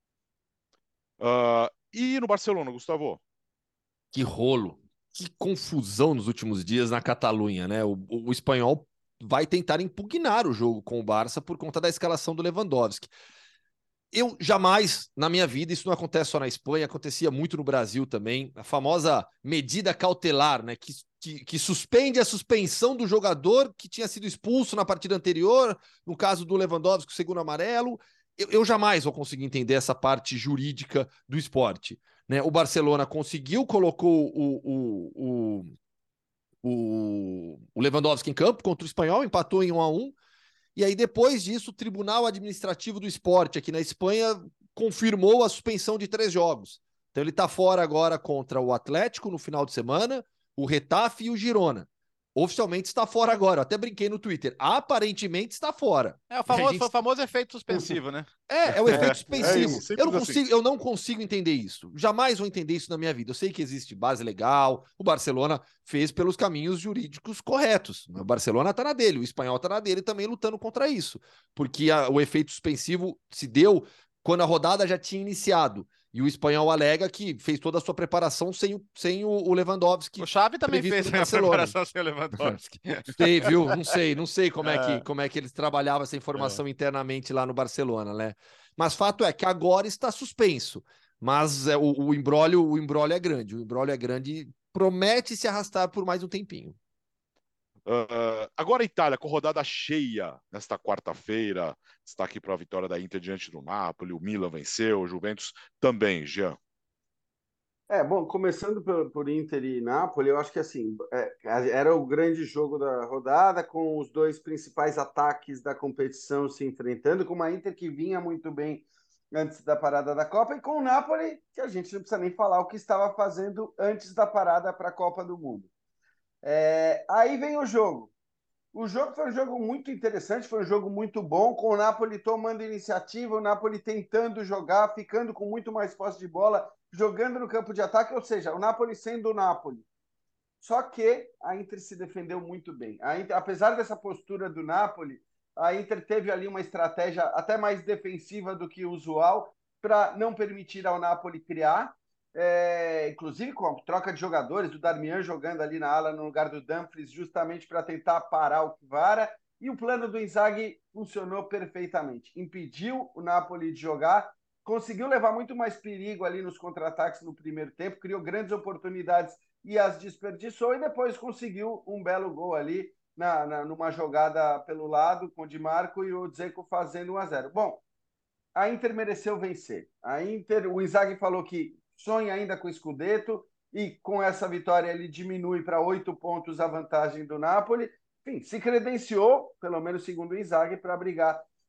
Uh, e no Barcelona, Gustavo? Que rolo, que confusão nos últimos dias na Catalunha, né? O, o, o espanhol vai tentar impugnar o jogo com o Barça por conta da escalação do Lewandowski. Eu jamais, na minha vida, isso não acontece só na Espanha, acontecia muito no Brasil também, a famosa medida cautelar, né? Que, que, que suspende a suspensão do jogador que tinha sido expulso na partida anterior, no caso do Lewandowski, o segundo amarelo. Eu, eu jamais vou conseguir entender essa parte jurídica do esporte. Né? O Barcelona conseguiu, colocou o, o, o, o, o Lewandowski em campo contra o Espanhol, empatou em um a um. E aí, depois disso, o Tribunal Administrativo do Esporte, aqui na Espanha, confirmou a suspensão de três jogos. Então, ele está fora agora contra o Atlético no final de semana, o Retafe e o Girona. Oficialmente está fora agora. Eu até brinquei no Twitter. Aparentemente está fora. É o famoso, gente... foi o famoso efeito suspensivo, né? É, é o efeito suspensivo. É, é eu, não consigo, assim. eu não consigo entender isso. Jamais vou entender isso na minha vida. Eu sei que existe base legal. O Barcelona fez pelos caminhos jurídicos corretos. O Barcelona está na dele, o espanhol está na dele também lutando contra isso. Porque a, o efeito suspensivo se deu quando a rodada já tinha iniciado. E o espanhol alega que fez toda a sua preparação sem, sem o, o Lewandowski. O Xavi também fez a preparação sem o Lewandowski. Sei, viu? Não sei, não sei como é que, como é que eles trabalhavam essa informação é. internamente lá no Barcelona, né? Mas fato é que agora está suspenso. Mas é, o, o imbróglio, o imbróglio é grande. O imbróglio é grande e promete se arrastar por mais um tempinho. Uh, agora a Itália, com rodada cheia nesta quarta-feira, está aqui para a vitória da Inter diante do Napoli, o Milan venceu, o Juventus também, Jean. É, bom, começando por, por Inter e Napoli, eu acho que assim, é, era o grande jogo da rodada, com os dois principais ataques da competição se enfrentando, com uma Inter que vinha muito bem antes da parada da Copa, e com o Napoli, que a gente não precisa nem falar o que estava fazendo antes da parada para a Copa do Mundo. É, aí vem o jogo. O jogo foi um jogo muito interessante, foi um jogo muito bom, com o Napoli tomando iniciativa, o Napoli tentando jogar, ficando com muito mais posse de bola, jogando no campo de ataque, ou seja, o Napoli sendo o Napoli. Só que a Inter se defendeu muito bem. A Inter, apesar dessa postura do Napoli, a Inter teve ali uma estratégia até mais defensiva do que o usual para não permitir ao Napoli criar. É, inclusive com a troca de jogadores, do Darmian jogando ali na ala no lugar do Dumfries, justamente para tentar parar o Kvara, e o plano do Inzaghi funcionou perfeitamente. Impediu o Napoli de jogar, conseguiu levar muito mais perigo ali nos contra-ataques no primeiro tempo, criou grandes oportunidades e as desperdiçou, e depois conseguiu um belo gol ali, na, na, numa jogada pelo lado, com o Di Marco e o Dzeko fazendo um a zero. Bom, a Inter mereceu vencer. A Inter, o Inzaghi falou que sonha ainda com o Scudetto, e com essa vitória ele diminui para oito pontos a vantagem do Napoli. Enfim, se credenciou, pelo menos segundo o Inzaghi, para brigar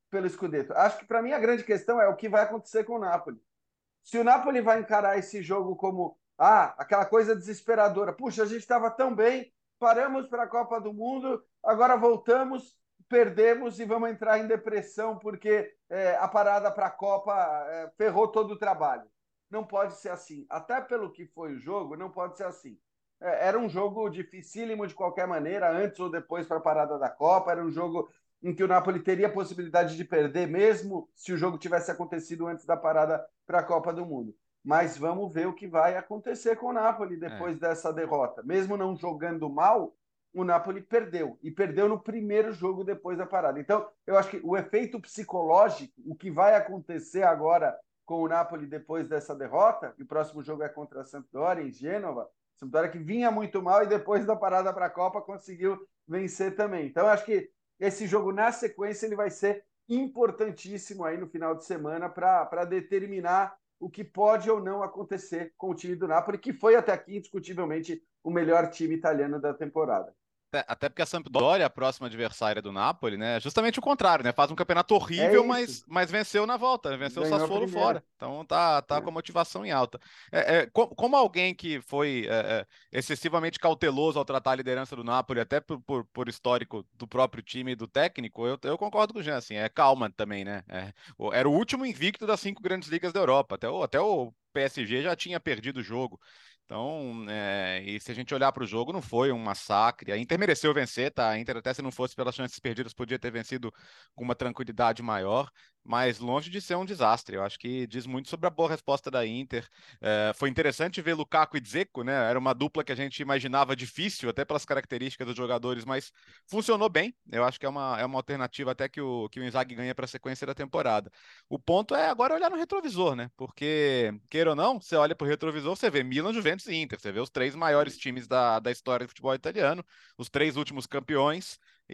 pelo Scudetto. Acho que para mim a grande questão é o que vai acontecer com o Napoli. Se o Napoli vai encarar esse jogo como ah, aquela coisa desesperadora, puxa, a gente estava tão bem, paramos para a Copa do Mundo, agora voltamos, perdemos e vamos entrar em depressão porque é, a parada para a Copa é, ferrou todo o trabalho. Não pode ser assim. Até pelo que foi o jogo, não pode ser assim. É, era um jogo dificílimo de qualquer maneira, antes ou depois para a parada da Copa, era um jogo em que o Napoli teria a possibilidade de perder, mesmo se o jogo tivesse acontecido antes da parada para a Copa do Mundo. Mas vamos ver o que vai acontecer com o Napoli depois é. dessa derrota. Mesmo não jogando mal, o Napoli perdeu. E perdeu no primeiro jogo depois da parada. Então, eu acho que o efeito psicológico, o que vai acontecer agora com o Napoli depois dessa derrota, e o próximo jogo é contra a Sampdoria, em Gênova, Sampdoria que vinha muito mal e depois da parada para a Copa conseguiu vencer também. Então, eu acho que esse jogo, na sequência, ele vai ser importantíssimo aí no final de semana para determinar o que pode ou não acontecer com o time do Napoli, que foi até aqui, indiscutivelmente, o melhor time italiano da temporada. Até porque a Sampdoria, a próxima adversária do Napoli, né? É justamente o contrário, né? Faz um campeonato horrível, é mas, mas venceu na volta, venceu Ganhou o Sassuolo fora. Então tá, tá é. com a motivação em alta. É, é, como, como alguém que foi é, excessivamente cauteloso ao tratar a liderança do Napoli, até por, por, por histórico do próprio time e do técnico, eu, eu concordo com o Jean, assim, é calma também, né? É, era o último invicto das cinco grandes ligas da Europa. Até o, até o P S G já tinha perdido o jogo. Então, é, e se a gente olhar para o jogo, não foi um massacre. A Inter mereceu vencer, tá? A Inter, até se não fosse pelas chances perdidas, podia ter vencido com uma tranquilidade maior, mas longe de ser um desastre. Eu acho que diz muito sobre a boa resposta da Inter. É, foi interessante ver Lukaku e Dzeko, né? Era uma dupla que a gente imaginava difícil, até pelas características dos jogadores, mas funcionou bem. Eu acho que é uma, é uma alternativa até que o, que o Inzaghi ganha para a sequência da temporada. O ponto é agora olhar no retrovisor, né? Porque, queira ou não, você olha para o retrovisor, você vê Milan, Juventus e Inter. Você vê os três maiores times da, da história do futebol italiano, os três últimos campeões,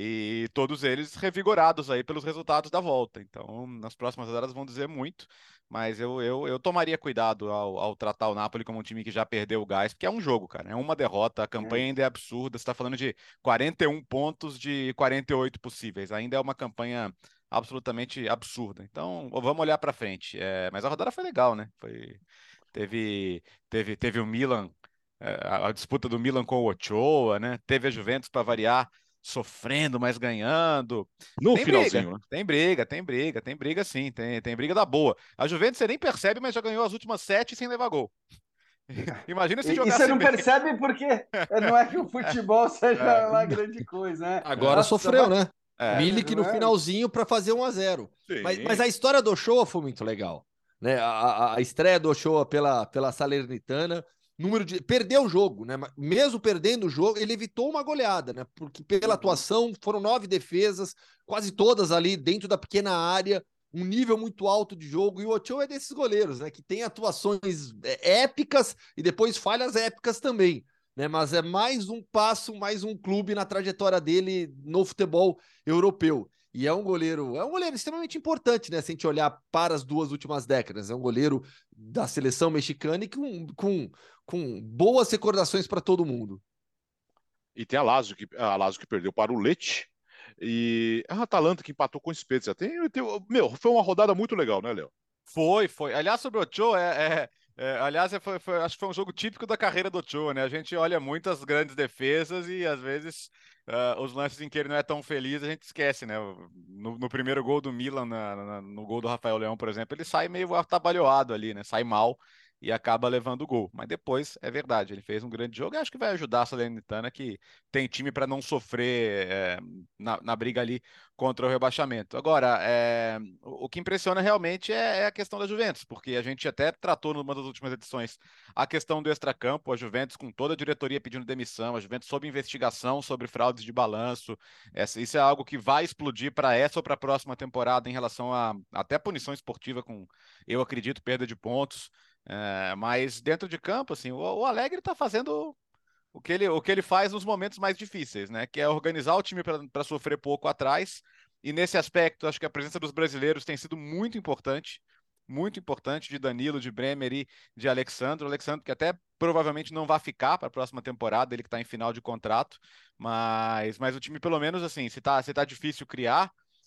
e todos eles revigorados aí pelos resultados da volta. Então, nas próximas horas vão dizer muito, mas eu, eu, eu tomaria cuidado ao, ao tratar o Napoli como um time que já perdeu o gás, porque é um jogo, cara, é uma derrota, a campanha ainda é absurda, você está falando de quarenta e um pontos de quarenta e oito possíveis, ainda é uma campanha absolutamente absurda. Então, vamos olhar para frente. É, mas a rodada foi legal, né? Foi, teve, teve, teve o Milan, a, a disputa do Milan com o Ochoa, né? Teve a Juventus para variar, sofrendo, mas ganhando. No tem finalzinho, briga, né? Tem briga, tem briga, tem briga sim, tem, tem briga da boa. A Juventus você nem percebe, mas já ganhou as últimas sete sem levar gol. Imagina se e, jogasse e você não bem. percebe porque não é que o futebol seja É. uma grande coisa, né? Agora Nossa, sofreu, vai... né? É. Milik no finalzinho para fazer um a zero. Mas, mas a história do Ochoa foi muito legal, né? A, a, a estreia do Ochoa pela, pela Salernitana, número de perdeu o jogo, né? Mesmo perdendo o jogo, ele evitou uma goleada, né? Porque pela uhum. atuação foram nove defesas, quase todas ali dentro da pequena área, um nível muito alto de jogo. E o Ochoa é desses goleiros, né? Que tem atuações épicas e depois falhas épicas também. Né, mas é mais um passo, mais um clube na trajetória dele no futebol europeu. E é um goleiro, é um goleiro extremamente importante, né? Se a gente olhar para as duas últimas décadas. É um goleiro da seleção mexicana e com, com, com boas recordações para todo mundo. E tem a Lazio, que, a Lazio que perdeu para o Lecce. E a Atalanta que empatou com o Spezia. Tem, tem, meu, foi uma rodada muito legal, né, Léo? Foi, foi. Aliás, sobre o Ochoa, é... é... É, aliás, foi, foi, acho que foi um jogo típico da carreira do Ochoa, né? A gente olha muitas grandes defesas e às vezes uh, os lances em que ele não é tão feliz a gente esquece, né? No, no primeiro gol do Milan, na, na, no gol do Rafael Leão, por exemplo, ele sai meio atabalhoado ali, né? Sai mal e acaba levando o gol. Mas depois, é verdade, ele fez um grande jogo e acho que vai ajudar a Salernitana, que tem time para não sofrer é, na, na briga ali contra o rebaixamento. Agora, é, o, o que impressiona realmente é, é a questão da Juventus, porque a gente até tratou numa das últimas edições a questão do extracampo, a Juventus com toda a diretoria pedindo demissão, a Juventus sob investigação sobre fraudes de balanço. Essa, isso é algo que vai explodir para essa ou para a próxima temporada em relação a até punição esportiva com, eu acredito, perda de pontos. É, mas dentro de campo, assim, o, o Allegri está fazendo o que, ele, o que ele faz nos momentos mais difíceis, né? Que é organizar o time para sofrer pouco atrás. E nesse aspecto, acho que a presença dos brasileiros tem sido muito importante, muito importante, de Danilo, de Bremer e de Alexandro. Alexandro que até provavelmente não vai ficar para a próxima temporada, ele que está em final de contrato, mas, mas o time pelo menos assim, se está se tá difícil criar,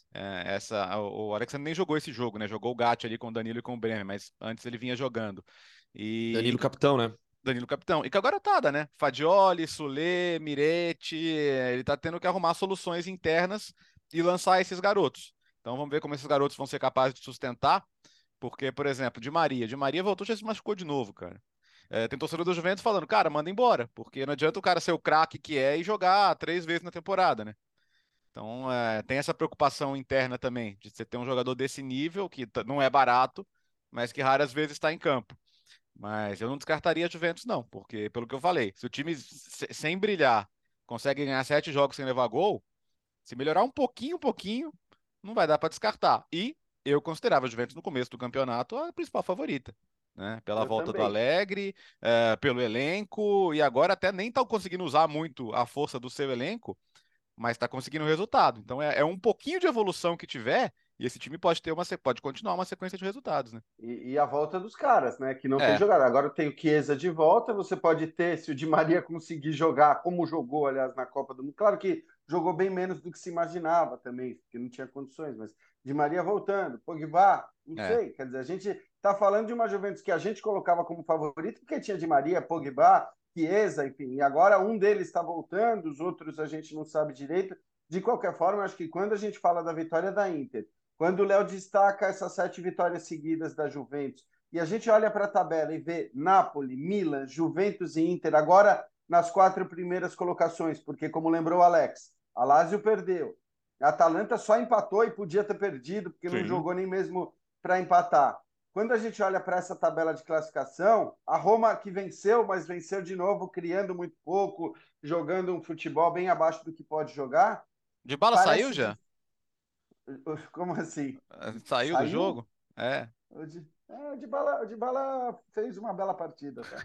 É, essa, o, o Alexandre nem jogou esse jogo, né? Jogou o Gatti ali com o Danilo e com o Bremer, mas antes ele vinha jogando. E Danilo capitão, né? Danilo capitão. E com a garotada, né? Fadioli, Sule, Miretti, ele tá tendo que arrumar soluções internas e lançar esses garotos. Então vamos ver como esses garotos vão ser capazes de sustentar, porque, por exemplo, Di Maria. Di Maria voltou e já se machucou de novo, cara. É, tem torcedor do Juventus falando, cara, manda embora, porque não adianta o cara ser o craque que é e jogar três vezes na temporada, né? Então, é, tem essa preocupação interna também, de você ter um jogador desse nível, que não é barato, mas que raras vezes está em campo. Mas eu não descartaria a Juventus, não, porque, pelo que eu falei, se o time sem brilhar consegue ganhar sete jogos sem levar gol, se melhorar um pouquinho, um pouquinho, não vai dar para descartar. E eu considerava a Juventus no começo do campeonato a principal favorita. Né? Pela eu volta também. do Alegre, é, pelo elenco, e agora até nem estão conseguindo usar muito a força do seu elenco, mas está conseguindo resultado. Então é, é um pouquinho de evolução que tiver, e esse time pode ter uma pode continuar uma sequência de resultados, né? E, e a volta dos caras, né? Que não é. tem jogado. Agora tem o Chiesa de volta, você pode ter, se o Di Maria conseguir jogar, como jogou, aliás, na Copa do Mundo. Claro que jogou bem menos do que se imaginava também, porque não tinha condições, mas Di Maria voltando, Pogba, não é. sei. Quer dizer, a gente está falando de uma Juventus que a gente colocava como favorito, porque tinha Di Maria, Pogba, Chiesa, enfim. E agora um deles está voltando, os outros a gente não sabe direito. De qualquer forma, acho que quando a gente fala da vitória da Inter, quando o Léo destaca essas sete vitórias seguidas da Juventus, e a gente olha para a tabela e vê Napoli, Milan, Juventus e Inter, agora nas quatro primeiras colocações, porque, como lembrou o Alex, a Lazio perdeu. A Atalanta só empatou e podia ter perdido, porque Sim. não jogou nem mesmo para empatar. Quando a gente olha para essa tabela de classificação, a Roma que venceu, mas venceu de novo, criando muito pouco, jogando um futebol bem abaixo do que pode jogar. Dybala saiu já? Como assim? Saiu, Saiu? do jogo? É. O, de, é, o, Dybala, o Dybala fez uma bela partida. Tá?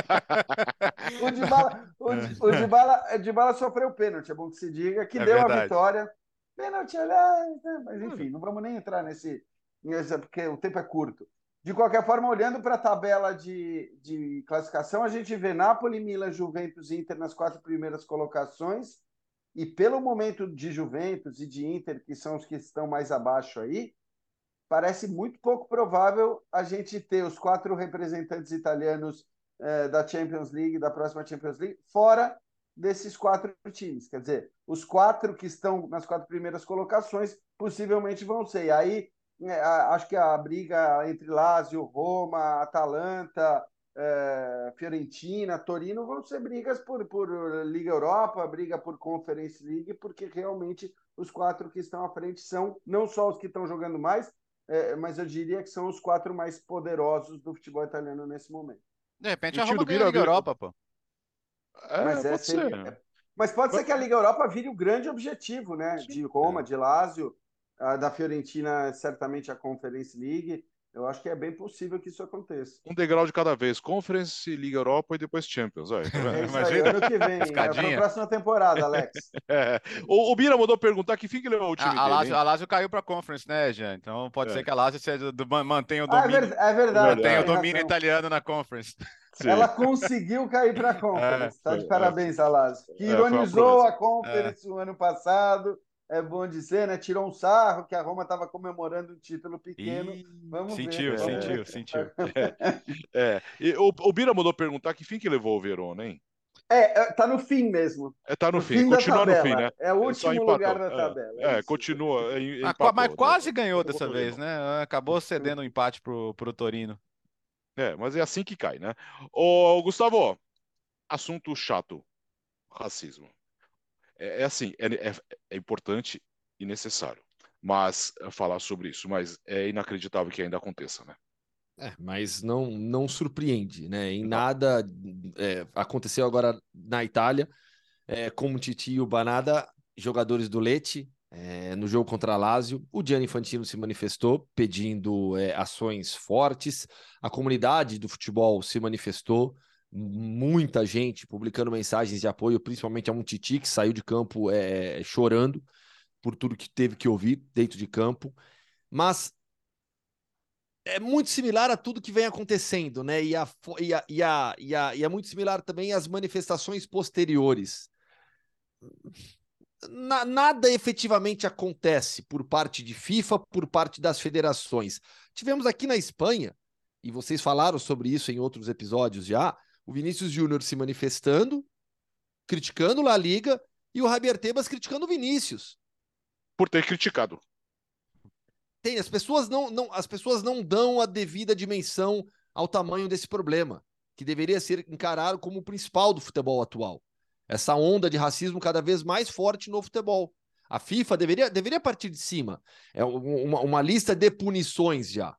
o, Dybala, o, o, Dybala, o Dybala sofreu pênalti, é bom que se diga, que é deu verdade. a vitória. Pênalti, aliás, né? Mas enfim, não vamos nem entrar nesse, nesse, porque o tempo é curto. De qualquer forma, olhando para a tabela de, de classificação, a gente vê Napoli, Milan, Juventus e Inter nas quatro primeiras colocações. E pelo momento de Juventus e de Inter, que são os que estão mais abaixo aí, parece muito pouco provável a gente ter os quatro representantes italianos eh, da Champions League, da próxima Champions League, fora desses quatro times. Quer dizer, os quatro que estão nas quatro primeiras colocações possivelmente vão ser. E aí, eh, acho que a briga entre Lazio, Roma, Atalanta, É, Fiorentina, Torino vão ser brigas por, por Liga Europa, briga por Conference League, porque realmente os quatro que estão à frente são não só os que estão jogando mais, é, mas eu diria que são os quatro mais poderosos do futebol italiano nesse momento. De repente a Roma ganha a Liga Europa, pô. É, mas, é, seria, é, mas pode ser que a Liga Europa vire o grande objetivo, né? Sim. De Roma, de Lazio, a, da Fiorentina, certamente a Conference League. Eu acho que é bem possível que isso aconteça. Um degrau de cada vez. Conference, Liga Europa e depois Champions. Aí, tá é isso aí, ano que vem. É para a próxima temporada, Alex. é. o, o Bira mandou perguntar que fim que levou o time a, a dele. Lazio, a Lazio caiu para a Conference, né, Jean? Então pode é. ser que a Lazio seja do, mantenha o domínio. Ah, é verdade. Mantenha o domínio italiano na Conference. Sim. Ela conseguiu cair para a Conference. Está é, de parabéns, é. a Lazio. Que ironizou a Conference o ano passado. É bom dizer, né? Tirou um sarro que a Roma estava comemorando um título pequeno. Ih, Vamos sentiu, ver. Sentiu, Vamos sentiu, ver. sentiu. É. E o, o Bira mandou perguntar que fim que levou o Verona, hein? É, tá no fim mesmo. É, tá no, no fim, fim continua no fim, né? É o último lugar da tabela. É, é continua. É, empatou, mas quase né? ganhou dessa vez, né? Acabou cedendo o um empate pro, pro Torino. É, mas é assim que cai, né? Ô, Gustavo, assunto chato: racismo. É, é assim, é, é, é importante e necessário, mas falar sobre isso, mas é inacreditável que ainda aconteça, né? É, mas não, não surpreende, né? Em não. nada é, aconteceu agora na Itália, é, com o Titi e o Banada, jogadores do Lecce, é, no jogo contra a Lazio. O Gianni Infantino se manifestou pedindo é, ações fortes, a comunidade do futebol se manifestou, muita gente publicando mensagens de apoio, principalmente a um Titi que saiu de campo é, chorando por tudo que teve que ouvir dentro de campo, mas é muito similar a tudo que vem acontecendo, né? E, a, e, a, e, a, e, a, e é muito similar também às manifestações posteriores. na, nada efetivamente acontece por parte de FIFA, por parte das federações. Tivemos aqui na Espanha, e vocês falaram sobre isso em outros episódios já, o Vinícius Júnior se manifestando, criticando La Liga, e o Javier Tebas criticando o Vinícius. Por ter criticado. Tem, as pessoas não, não, as pessoas não dão a devida dimensão ao tamanho desse problema, que deveria ser encarado como o principal do futebol atual. Essa onda de racismo cada vez mais forte no futebol. A FIFA deveria, deveria partir de cima. É uma, uma lista de punições já.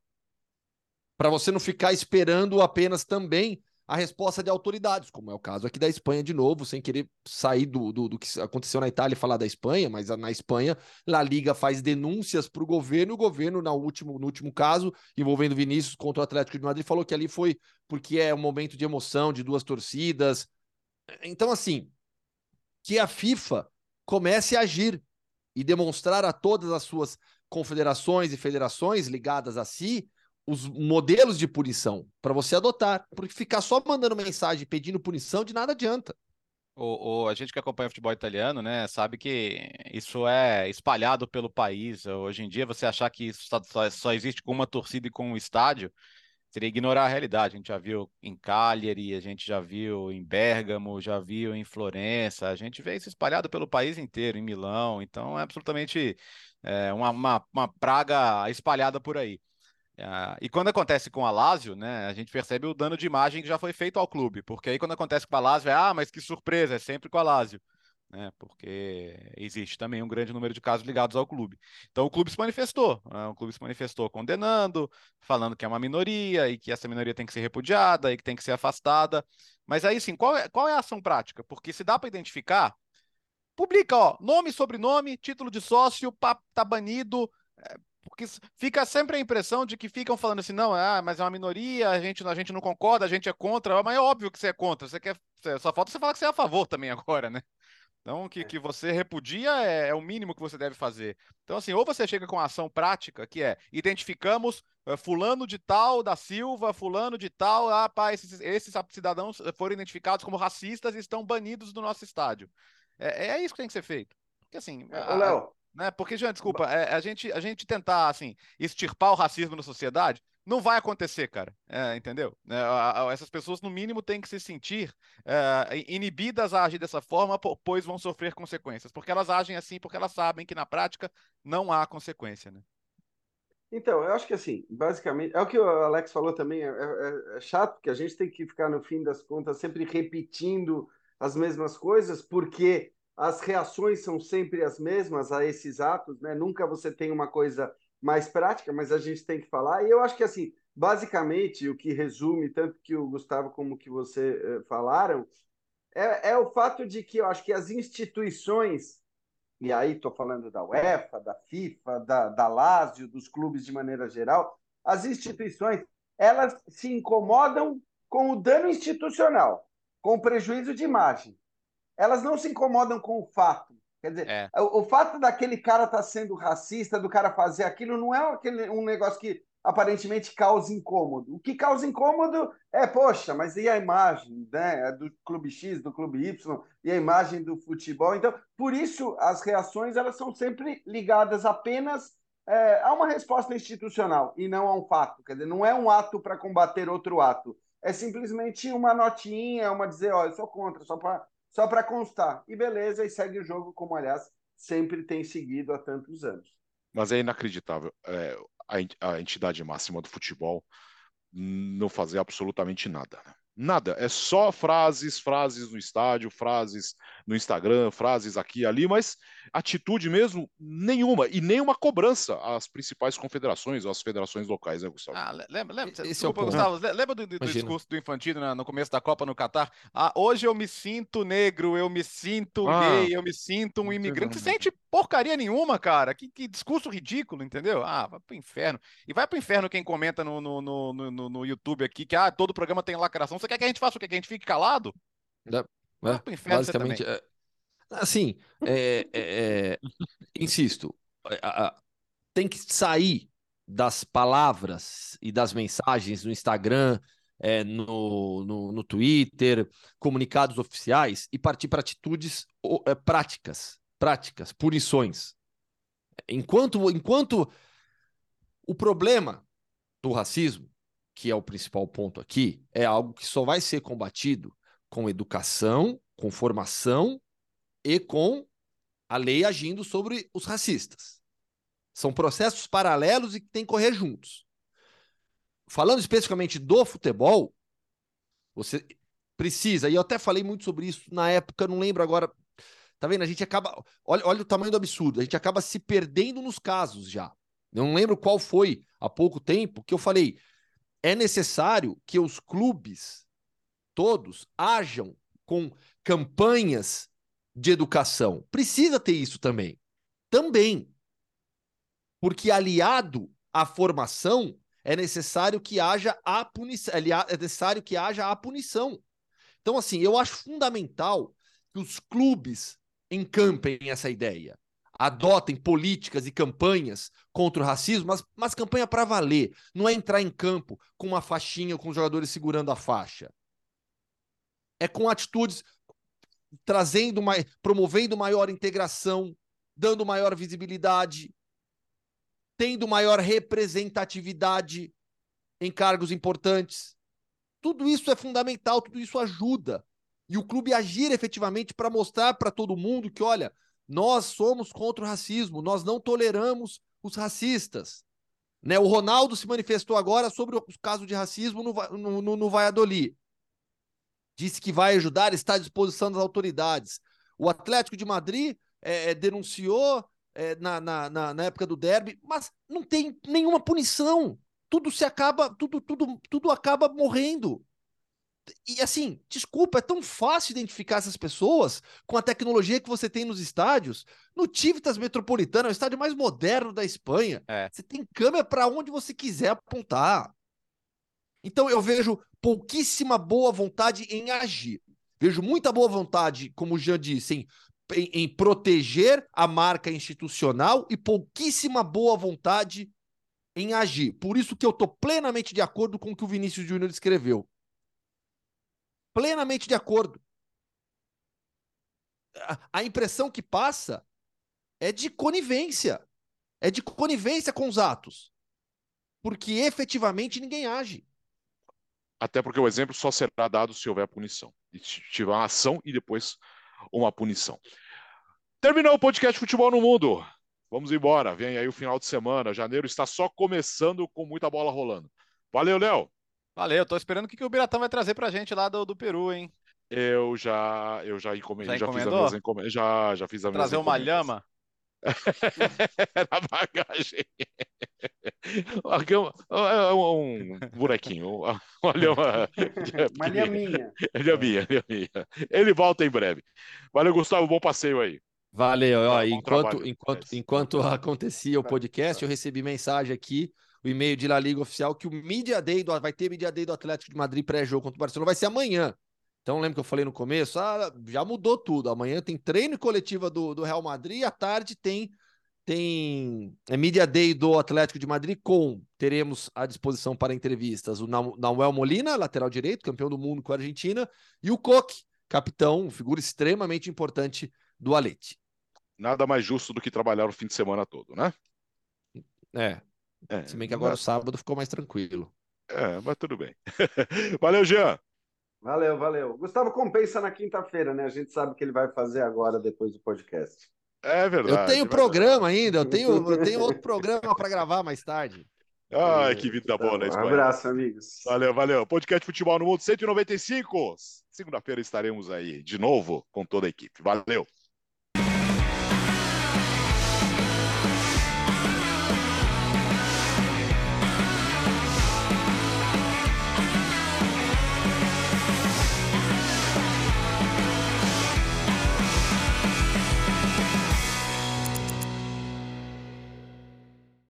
Para você não ficar esperando apenas também a resposta de autoridades, como é o caso aqui da Espanha de novo, sem querer sair do, do, do que aconteceu na Itália e falar da Espanha, mas na Espanha, a Liga faz denúncias para o governo, e o governo, no último, no último caso, envolvendo Vinícius contra o Atlético de Madrid, falou que ali foi porque é um momento de emoção de duas torcidas. Então, assim, que a FIFA comece a agir e demonstrar a todas as suas confederações e federações ligadas a si os modelos de punição para você adotar, porque ficar só mandando mensagem pedindo punição de nada adianta. O, o, a gente que acompanha o futebol italiano, né, sabe que isso é espalhado pelo país. Hoje em dia, você achar que isso só, só existe com uma torcida e com um estádio, seria ignorar a realidade. A gente já viu em Cagliari, a gente já viu em Bérgamo, já viu em Florença, a gente vê isso espalhado pelo país inteiro, em Milão. Então, é absolutamente é, uma, uma, uma praga espalhada por aí. Uh, e quando acontece com a Lazio, né, a gente percebe o dano de imagem que já foi feito ao clube, porque aí quando acontece com a Lazio, é, ah, mas que surpresa, é sempre com a Lazio, né, porque existe também um grande número de casos ligados ao clube. Então o clube se manifestou, uh, o clube se manifestou condenando, falando que é uma minoria e que essa minoria tem que ser repudiada e que tem que ser afastada. Mas aí sim, qual é, qual é a ação prática? Porque se dá para identificar, publica, ó, nome, sobrenome, título de sócio, pá, tá banido. Porque fica sempre a impressão de que ficam falando assim, não, ah, mas é uma minoria, a gente, a gente não concorda, a gente é contra, mas é óbvio que você é contra, você quer, só falta você falar que você é a favor também agora, né? Então, que, que você repudia é, é o mínimo que você deve fazer. Então, assim, ou você chega com a ação prática, que é, identificamos uh, fulano de tal da Silva, fulano de tal, ah, pá, esses, esses cidadãos foram identificados como racistas e estão banidos do nosso estádio. É, é isso que tem que ser feito. Porque, assim... É, a, ô, Léo, né? Porque, gente, desculpa, é, a gente, a gente tentar, assim, extirpar o racismo na sociedade, não vai acontecer, cara, é, entendeu? É, a, a, essas pessoas, no mínimo, têm que se sentir é, inibidas a agir dessa forma, pois vão sofrer consequências, porque elas agem assim, porque elas sabem que, na prática, não há consequência, né? então, eu acho que assim, basicamente, é o que o Alex falou também, é, é, é chato, porque a gente tem que ficar, no fim das contas, sempre repetindo as mesmas coisas, porque as reações são sempre as mesmas a esses atos, né? Nunca você tem uma coisa mais prática, mas a gente tem que falar. E eu acho que, assim, basicamente, o que resume, tanto que o Gustavo como que você eh, falaram, é, é o fato de que eu acho que as instituições, e aí estou falando da UEFA, da FIFA, da, da Lazio, dos clubes de maneira geral, as instituições, elas se incomodam com o dano institucional, com o prejuízo de imagem. Elas não se incomodam com o fato. Quer dizer, É. o, o fato daquele cara estar tá sendo racista, do cara fazer aquilo, não é aquele, um negócio que aparentemente causa incômodo. O que causa incômodo é, poxa, mas e a imagem, né, do clube X, do clube Y, e a imagem do futebol? Então, por isso, as reações elas são sempre ligadas apenas é, a uma resposta institucional e não a um fato. Quer dizer, não é um ato para combater outro ato. É simplesmente uma notinha, uma dizer, ó, eu sou contra, só para só para constar. E beleza, e segue o jogo como, aliás, sempre tem seguido há tantos anos. Mas é inacreditável. É, a, a entidade máxima do futebol não fazer absolutamente nada. Né? Nada. É só frases, frases no estádio, frases no Instagram, frases aqui e ali, mas atitude mesmo nenhuma. E nem uma cobrança às principais confederações ou às federações locais, né, Gustavo? Ah, lembra, lembra, Esse desculpa, é o ponto. Gustavo, lembra do, do, do discurso do Infantino no começo da Copa no Catar? Ah, hoje eu me sinto negro, eu me sinto ah, gay, eu me sinto um imigrante. Você sente porcaria nenhuma, cara. Que, que discurso ridículo, entendeu? Ah, vai pro inferno. E vai pro inferno quem comenta no, no, no, no, no YouTube aqui que ah, todo programa tem lacração. Você quer que a gente faça o quê? Que a gente fique calado? É, Vai pro inferno basicamente, você também. é, assim, é, é, é, insisto, a, a, tem que sair das palavras e das mensagens no Instagram, é, no, no, no Twitter, comunicados oficiais e partir para atitudes é, práticas. práticas, punições. Enquanto, enquanto o problema do racismo, que é o principal ponto aqui, é algo que só vai ser combatido com educação, com formação e com a lei agindo sobre os racistas. São processos paralelos e que têm que correr juntos. Falando especificamente do futebol, você precisa, e eu até falei muito sobre isso na época, não lembro agora, tá vendo? A gente acaba, olha, olha o tamanho do absurdo, a gente acaba se perdendo nos casos já. Eu não lembro qual foi, há pouco tempo, que eu falei, é necessário que os clubes todos ajam com campanhas de educação. Precisa ter isso também. Também. Porque aliado à formação, é necessário que haja a punição. É necessário que haja a punição. Então, assim, eu acho fundamental que os clubes encampem essa ideia. Adotem políticas e campanhas contra o racismo, mas, mas campanha para valer. Não é entrar em campo com uma faixinha, com os jogadores segurando a faixa. É com atitudes trazendo, mais, promovendo maior integração, dando maior visibilidade, tendo maior representatividade em cargos importantes. Tudo isso é fundamental, tudo isso ajuda. E o clube agir efetivamente para mostrar para todo mundo que, olha, nós somos contra o racismo, nós não toleramos os racistas. Né? O Ronaldo se manifestou agora sobre o caso de racismo no, no, no, no Valladolid. Disse que vai ajudar, está à disposição das autoridades. O Atlético de Madrid é, denunciou é, na, na, na, na época do derby, mas não tem nenhuma punição. Tudo se acaba, tudo, tudo, tudo acaba morrendo. E assim, desculpa, é tão fácil identificar essas pessoas com a tecnologia que você tem nos estádios. No Civitas Metropolitano, é o estádio mais moderno da Espanha. É. Você tem câmera para onde você quiser apontar. Então eu vejo pouquíssima boa vontade em agir. Vejo muita boa vontade, como o Jean disse, em, em, em proteger a marca institucional e pouquíssima boa vontade em agir. Por isso que eu estou plenamente de acordo com o que o Vinícius Júnior escreveu. Plenamente de acordo. A, a impressão que passa é de conivência. É de conivência com os atos. Porque efetivamente ninguém age. Até porque o exemplo só será dado se houver punição. E se tiver uma ação e depois uma punição. Terminou o podcast Futebol no Mundo. Vamos embora. Vem aí o final de semana. Janeiro está só começando com muita bola rolando. Valeu, Léo. Valeu, tô esperando o que, que o Biratã vai trazer pra gente lá do, do Peru, hein? Eu já, eu já encomendei, já, Já já fiz as encomendou? minhas encomendas. Já, já fiz as minhas Trazer uma encomendas. lhama? Na bagagem. Aqui é um, é um bonequinho. Olha uma. Uma lhaminha. Lhaminha, lhaminha. Ele volta em breve. Valeu, Gustavo. Bom passeio aí. Valeu. Ó, Bom enquanto trabalho. enquanto, É, enquanto bom acontecia o podcast, eu recebi mensagem aqui, o e-mail de La Liga Oficial, que o Media Day do, vai ter Media Day do Atlético de Madrid pré-jogo contra o Barcelona, vai ser amanhã. Então, lembra que eu falei no começo? Ah, já mudou tudo. Amanhã tem treino e coletiva do, do Real Madrid e à tarde tem, tem é Media Day do Atlético de Madrid com, teremos à disposição para entrevistas o Nahuel Molina, lateral direito, campeão do mundo com a Argentina, e o Koke, capitão, figura extremamente importante do Alete. Nada mais justo do que trabalhar o fim de semana todo, né? É. É, Se bem que agora mas... o sábado ficou mais tranquilo. É, mas tudo bem. Valeu, Jean. Valeu, valeu. Gustavo compensa na quinta-feira, né? A gente sabe o que ele vai fazer agora, depois do podcast. É verdade. Eu tenho programa ainda, eu tenho, eu tenho outro programa para gravar mais tarde. Ai, que vida Tá boa na bom. Espanha. Abraço, amigos. Valeu, valeu. Podcast Futebol no Mundo cento e noventa e cinco. Segunda-feira estaremos aí de novo com toda a equipe. Valeu.